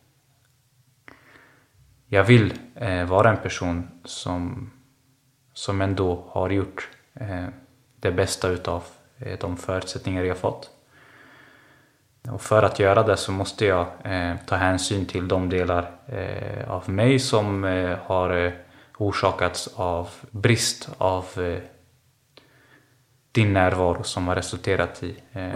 jag vill eh, vara en person som, som ändå har gjort eh, det bästa utav eh, de förutsättningar jag fått. Och för att göra det så måste jag eh, ta hänsyn till de delar eh, av mig som eh, har eh, orsakats av brist av eh, din närvaro som har resulterat i, eh,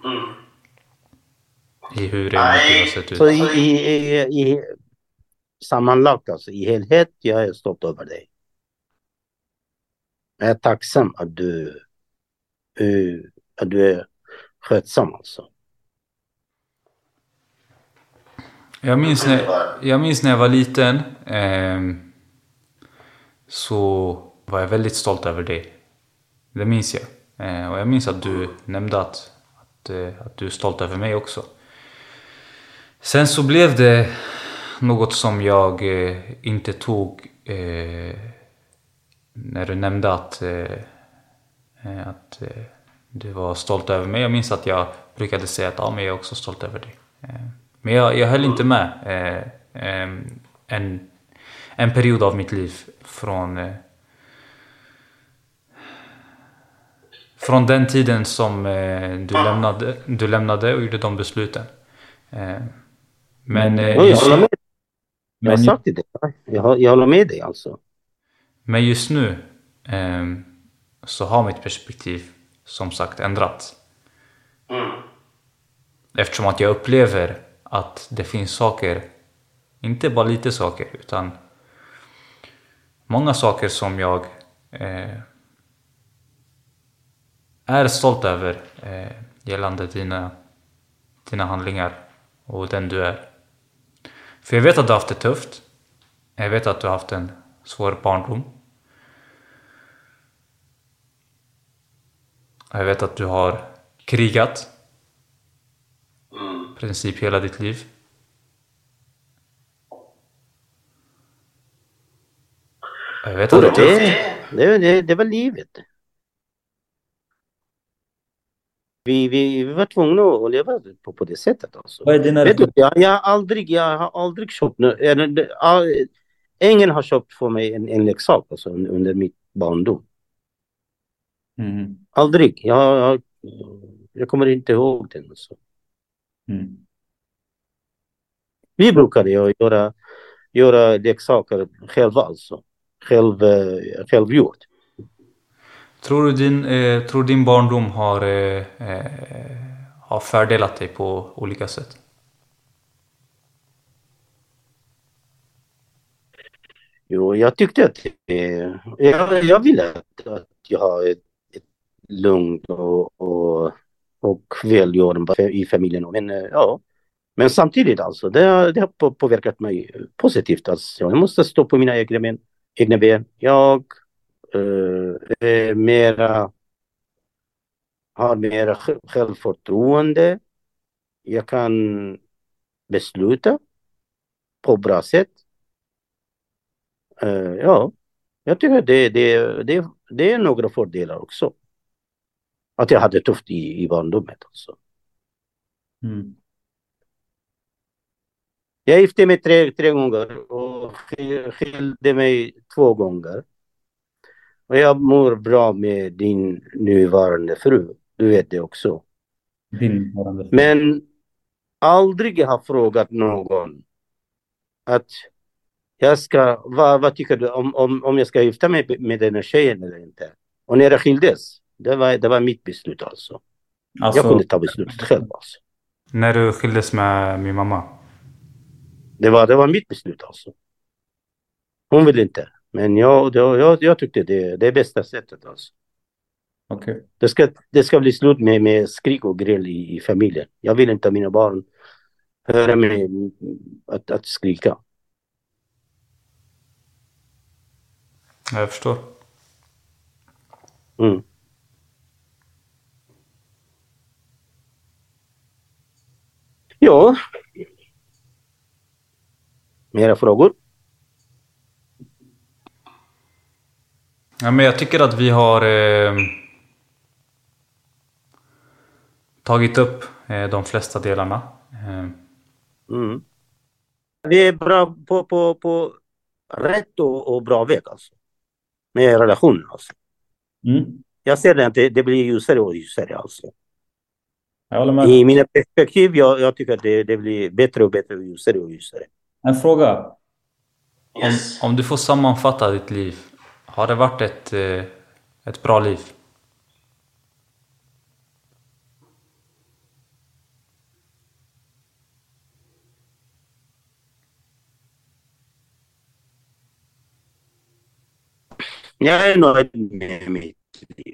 i hur det har sett ut. Så i, i, i, i sammanlagt alltså, i helhet, jag är stolt över dig. Jag är tacksam att du, uh, att du är skötsam alltså. Jag minns när jag, minns när jag var liten eh, så var jag väldigt stolt över dig. Det minns jag. Eh, och jag minns att du nämnde att, att, eh, att du är stolt över mig också. Sen så blev det något som jag eh, inte tog eh, när du nämnde att, eh, att eh, du var stolt över mig. Jag minns att jag brukade säga att ja, men jag är också stolt över dig. Eh, men jag, jag höll inte med eh, eh, en, en period av mitt liv från, eh, från den tiden som eh, du, lämnade, du lämnade och gjorde de besluten. Eh, men, eh, jag just, håller med. Jag har men, sagt det. Jag, jag håller med dig alltså. men just nu eh, så har mitt perspektiv som sagt ändrats. Mm. Eftersom att jag upplever att det finns saker, inte bara lite saker, utan många saker som jag eh, är stolt över eh, gällande dina, dina handlingar och den du är. För jag vet att du har haft det tufft. Jag vet att du har haft en svår barndom. Jag vet att du har krigat i princip hela ditt liv. Jag vet att det är tufft. Det, det, det, det var livet. Vi, vi, vi var tvungna att leva på, på det sättet alltså. Vad är dina Vet du, jag, jag, har aldrig, jag har aldrig köpt nu, eller, det- all, ingen har köpt för mig en, en leksak alltså, un- under mitt barndom. Mm. Aldrig. Jag, jag, jag kommer inte ihåg den. Alltså. Mm. Vi brukade ju göra göra leksaker själva alltså. Själv, eh, självgjort. Tror du din, eh, tror din barndom har, eh, eh, har fördelat dig på olika sätt? Jo, jag tyckte att eh, jag, jag ville att, att jag har ett, ett lugnt och, och, och välgörande i familjen. Men eh, ja, men samtidigt alltså, det, har- det har på- påverkat mig positivt. Alltså. Jag måste stå på mina egna ben. Egna ben. Jag eh, är mera, har mera sj- självförtroende. Jag kan besluta på bra sätt. Eh, ja, jag tycker det, det, det, det är några fördelar också. Att jag hade tufft i, i barndomen. Alltså. Mm. Jag gifte mig tre, tre gånger och skil- skilde mig två gånger. Och jag mår bra med din nuvarande fru. Du vet det också. Din varande. Men aldrig har frågat någon att jag ska, vad, vad tycker du om, om, om jag ska gifta mig med den här tjejen eller inte? Och när jag skildes, det var, det var mitt beslut alltså. Alltså, Jag kunde ta beslutet själv alltså. när du skildes med min mamma? Det var, det var mitt beslut alltså. Hon ville inte. Men jag, det, jag, jag tyckte det, det är bästa sättet alltså. Okej. Det ska, det ska bli slut med, med skrik och grill i, i familjen. Jag vill inte att mina barn höra mig att, att skrika. Jag förstår. Mm. Ja. Mera frågor? Ja, men jag tycker att vi har eh, tagit upp eh, de flesta delarna. Eh, Mm. Vi är bra på, på, på rätt och, och bra väg alltså. Med relationen alltså. mm. Jag ser det att det, det blir ljusare och ljusare alltså. Jag håller med. I mina perspektiv, jag, jag tycker att det, det blir bättre och bättre och ljusare och ljusare. En fråga. Yes. Om, om du får sammanfatta ditt liv. Har det varit ett, eh, ett bra liv? Jag är nöjd med mitt liv.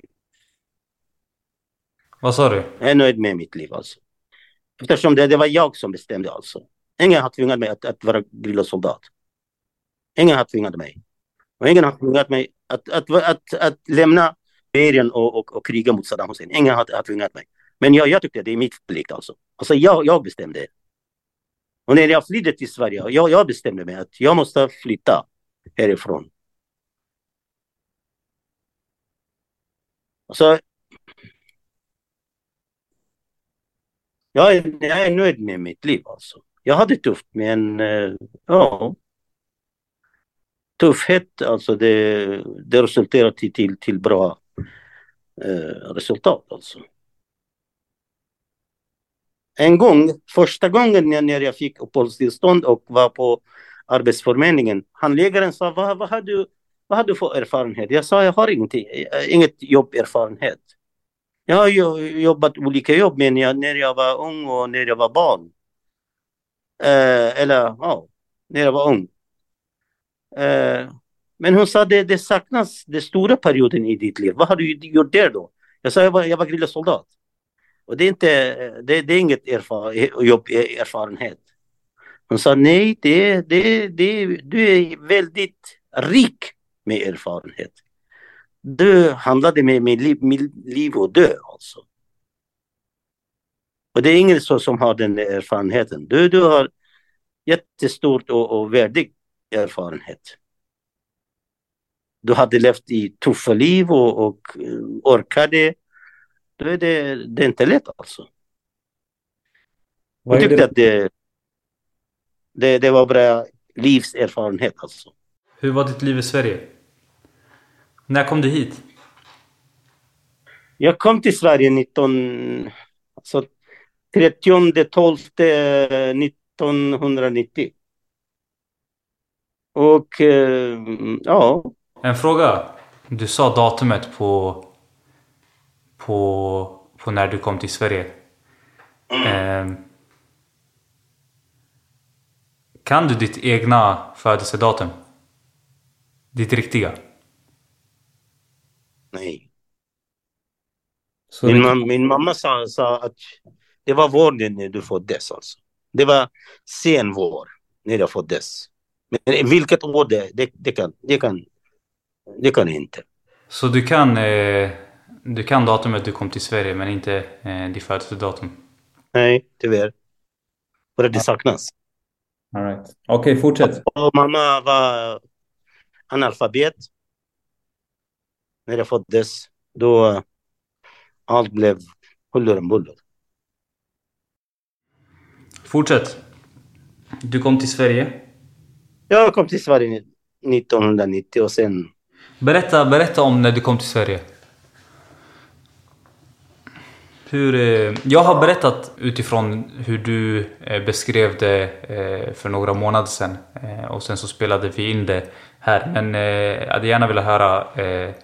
Vad sa du? Jag är nöjd med mitt liv alltså. Eftersom det, det var jag som bestämde alltså. Ingen har tvingat mig att, att vara gerillasoldat. Ingen har tvingat mig. Och ingen har tvingat mig att, att, att, att, att lämna bergen och, och, och kriga mot Saddam Hussein. Ingen har, har tvingat mig. Men jag, jag tyckte det är mitt plikt alltså. Alltså jag, jag bestämde. Och när jag flydde till Sverige, jag, jag bestämde mig att jag måste flytta härifrån. Så jag är, jag är nöjd med mitt liv alltså. Jag hade tufft, men eh, ja. Tuffhet, alltså det, det resulterar till, till, till bra eh, resultat alltså. En gång, första gången när när jag fick uppehållstillstånd och var på Arbetsförmedlingen, handläggaren sa, vad, vad, har du, vad har du för erfarenhet? Jag sa, jag har ingenting, eh, inget jobberfarenhet. Jag har ju jobbat olika jobb, men jag, när jag var ung och när jag var barn. Eh, eller ja, när jag var ung. Eh, men hon sa, det, det saknas den stora perioden i ditt liv. Vad har du gjort där då? Jag sa, jag var, jag var gerillasoldat. Och det är, inte, det, det är inget erfar, jobberfarenhet. Hon sa, nej, det, det, det, du är väldigt rik med erfarenhet. Du handlade med, med, liv, med liv och död alltså. Och det är ingen så som har den erfarenheten. Du, du har jättestort och, och värdig erfarenhet. Du hade levt i tuffa liv och, och orkade. Då är det, det är inte lätt alltså. Jag tyckte att det, det, det var bra livserfarenhet alltså. Hur var ditt liv i Sverige? När kom du hit? Jag kom till Sverige nitton, alltså trettionde tolfte nittonhundranittio. Och eh, ja, En fråga. Du sa datumet på, på, på när du kom till Sverige. Eh, kan du ditt egna födelsedatum? Ditt riktiga? nej. Så Min, vilket- mam, min mamma sa, sa att det var vår när du föddes alltså. Det var sen vår när jag föddes. Men vilket år det, det, det kan det kan det kan jag inte. Så du kan, eh, du kan datumet du kom till Sverige men inte eh, ditt födelsedatum? Nej, tyvärr. För att det saknas. All right. Okej, fortsätt. Och mamma var analfabet när jag föddes. Då allt blev huller om buller. Fortsätt. Du kom till Sverige. Jag kom till Sverige nittonhundranittio och sen... Berätta, berätta om när du kom till Sverige. Hur, eh, jag har berättat utifrån hur du eh, beskrev det eh, för några månader sedan. Eh, och sen så spelade vi in det här. Men eh, jag hade gärna velat höra eh,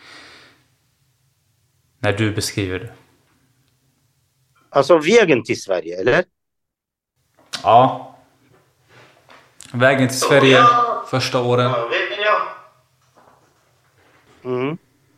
när du beskriver det. Alltså vägen till Sverige, eller? Ja. Vägen till Sverige, första åren. Mm.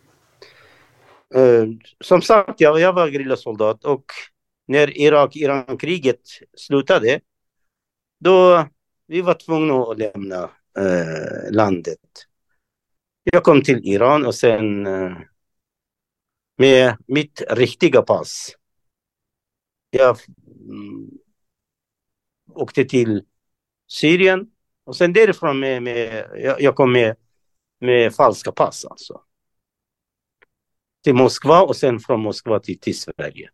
Uh, som sagt, jag, jag var gerillasoldat och när Irak-Iran-kriget slutade, då vi var tvungna att lämna uh, landet. Jag kom till Iran och sen uh, med mitt riktiga pass. Jag mm, åkte till Syrien och sen därifrån med, med, jag, jag kom med, med falska pass alltså. Till Moskva och sen från Moskva till, till Sverige.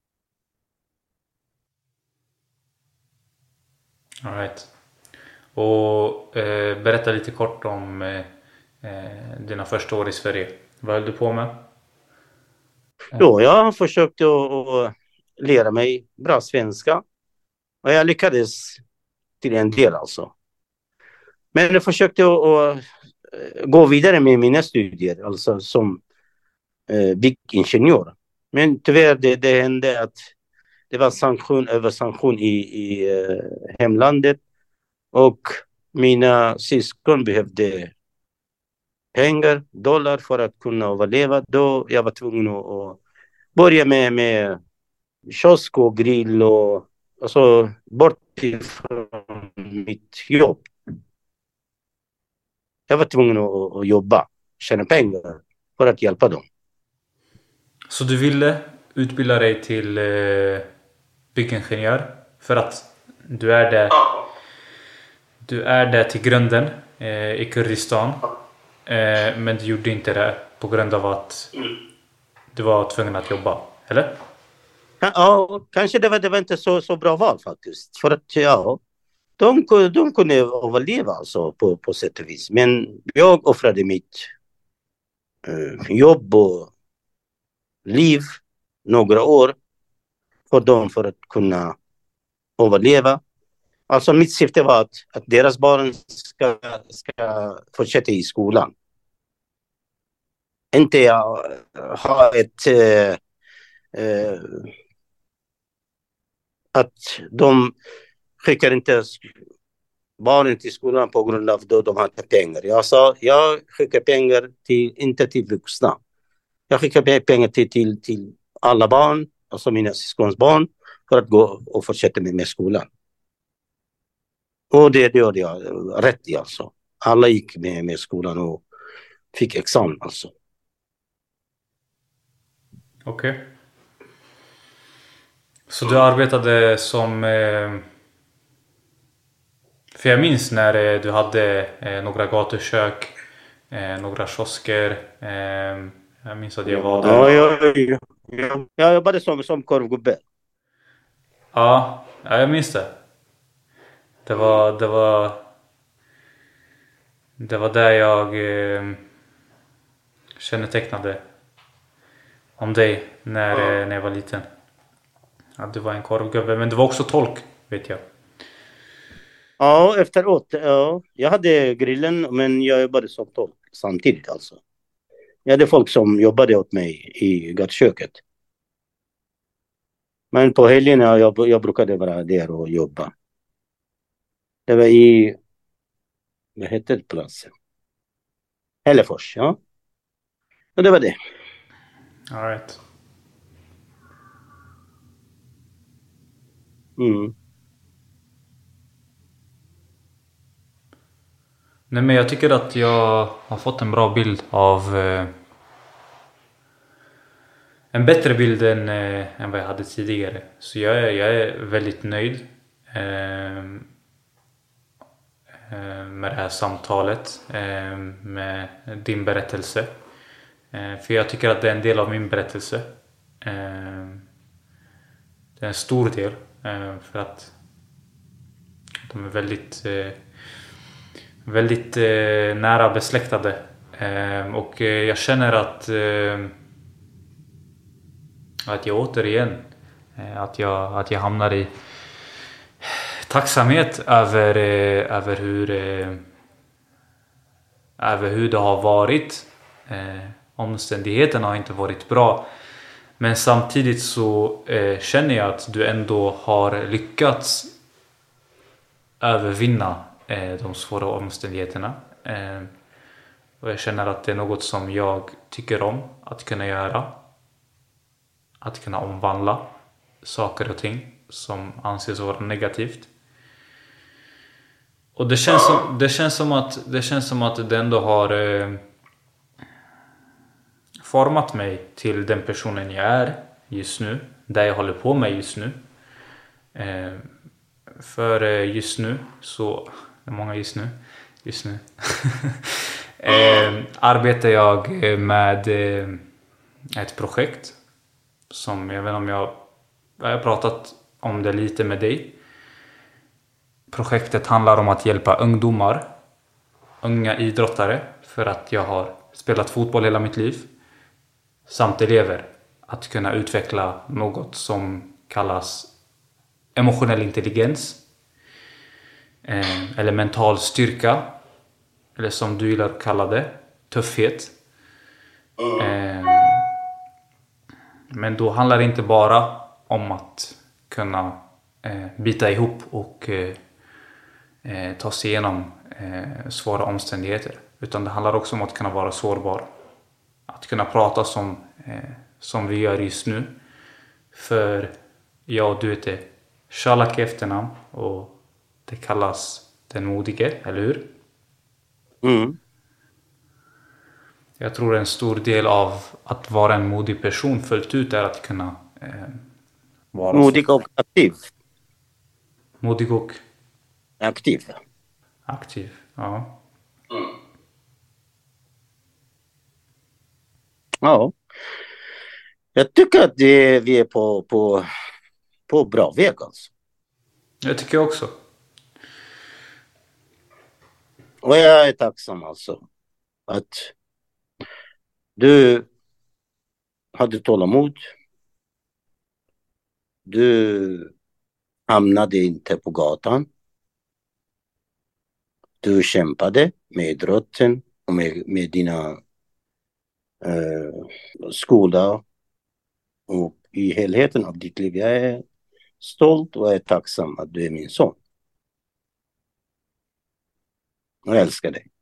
All right. Och eh, berätta lite kort om eh, dina första år i Sverige. Vad höll du på med? Då jag har försökt att, att lära mig bra svenska. Och jag lyckades till en del alltså. Men jag försökte att, att gå vidare med mina studier. Alltså som eh, byggingenjör. Men tyvärr det, det hände att det var sanktion över sanktion i, i eh, hemlandet. Och mina syskon behövde pengar, dollar för att kunna överleva. Då jag var tvungen att börja med, med kiosk och grill och alltså bort ifrån mitt jobb. Jag var tvungen att, att jobba, tjäna pengar för att hjälpa dem. Så du ville utbilda dig till eh, byggingenjör för att du är där, du är där till grunden eh, i Kurdistan. Eh, men du gjorde inte det på grund av att du var tvungen att jobba, eller? Ja, kanske det var, det var inte så, så bra val faktiskt. För att ja, de, de kunde överleva alltså på, på sätt och vis. Men jag offrade mitt eh, jobb och liv några år för dem för att kunna överleva. Alltså mitt syfte var att, att deras barn ska, ska fortsätta i skolan. Inte jag ha ett eh, eh, att de skickar inte barnen till skolan på grund av att de har inte pengar. Jag sa, jag skickar pengar till, inte till vuxna. Jag skickar pengar till, till, till alla barn, alltså mina syskons barn, för att gå och fortsätta med, med skolan. Och det gjorde jag rätt i alltså. Alla gick med, med skolan och fick examen alltså. Okej. Okay. Så du arbetade som... Eh, för jag minns när eh, du hade eh, några gatukök, eh, några kiosker. Eh, jag minns att jag var där. Ja, jag, jag, jag, jag jobbade som, som korvgubbe. Ja, ja, jag minns det. Det var... Det var, det var där jag eh, kännetecknade om dig när, Ja. eh, när jag var liten. Ja, du var en korvgubbe, men du var också tolk, vet jag. Ja, efteråt. Ja. Jag hade grillen, men jag jobbade som tolk samtidigt alltså. Jag hade folk som jobbade åt mig i gatköket. Men på helgerna jag, jag brukade vara där och jobba. Det var i, vad hette det platsen? Hällefors, ja. Och det var det. All right. Mm. Nej, men jag tycker att jag har fått en bra bild av... Eh, en bättre bild än, eh, än vad jag hade tidigare. Så jag är, jag är väldigt nöjd eh, eh, med det här samtalet. Eh, med din berättelse. Eh, för jag tycker att det är en del av min berättelse. Eh, det är en stor del. Eh, för att de är väldigt... Eh, väldigt eh, nära besläktade. Eh, och eh, jag känner att... Eh, Att jag återigen, att jag, att jag hamnar i tacksamhet över, över, hur, över hur det har varit. Omständigheterna har inte varit bra. Men samtidigt så känner jag att du ändå har lyckats övervinna de svåra omständigheterna. Och jag känner att det är något som jag tycker om att kunna göra. Att kunna omvandla saker och ting som anses vara negativt. Och det känns som, det känns som att det känns som att det ändå har eh, format mig till den personen jag är just nu, där jag håller på med just nu. Eh, för eh, just nu så, det är många just nu, just nu. eh, arbetar jag med eh, ett projekt. Som jag vet inte om jag, jag har pratat om det lite med dig. Projektet handlar om att hjälpa ungdomar, unga idrottare, för att jag har spelat fotboll hela mitt liv, samt elever, att kunna utveckla något som kallas emotionell intelligens, eh, eller mental styrka, eller som du gillar att kalla det, tuffhet. Eh, Men då handlar det inte bara om att kunna eh, bita ihop och eh, eh, ta sig igenom eh, svåra omständigheter. Utan det handlar också om att kunna vara sårbar. Att kunna prata som, eh, som vi gör just nu. För jag och du heter Shalak i efternamn och det kallas den modige, eller hur? Mm. Jag tror en stor del av att vara en modig person fullt ut är att kunna eh, vara Modig och aktiv. modig och Aktiv. aktiv. Ja. Ja. Jag tycker att det, vi är på, på, på bra väg alltså. Jag tycker också. Och jag är tacksam alltså. Att du hade tålamod. Du hamnade inte på gatan. Du kämpade med idrotten och med, med dina eh, skola och i helheten av ditt liv. Jag är stolt och är tacksam att du är min son. Och jag älskar dig.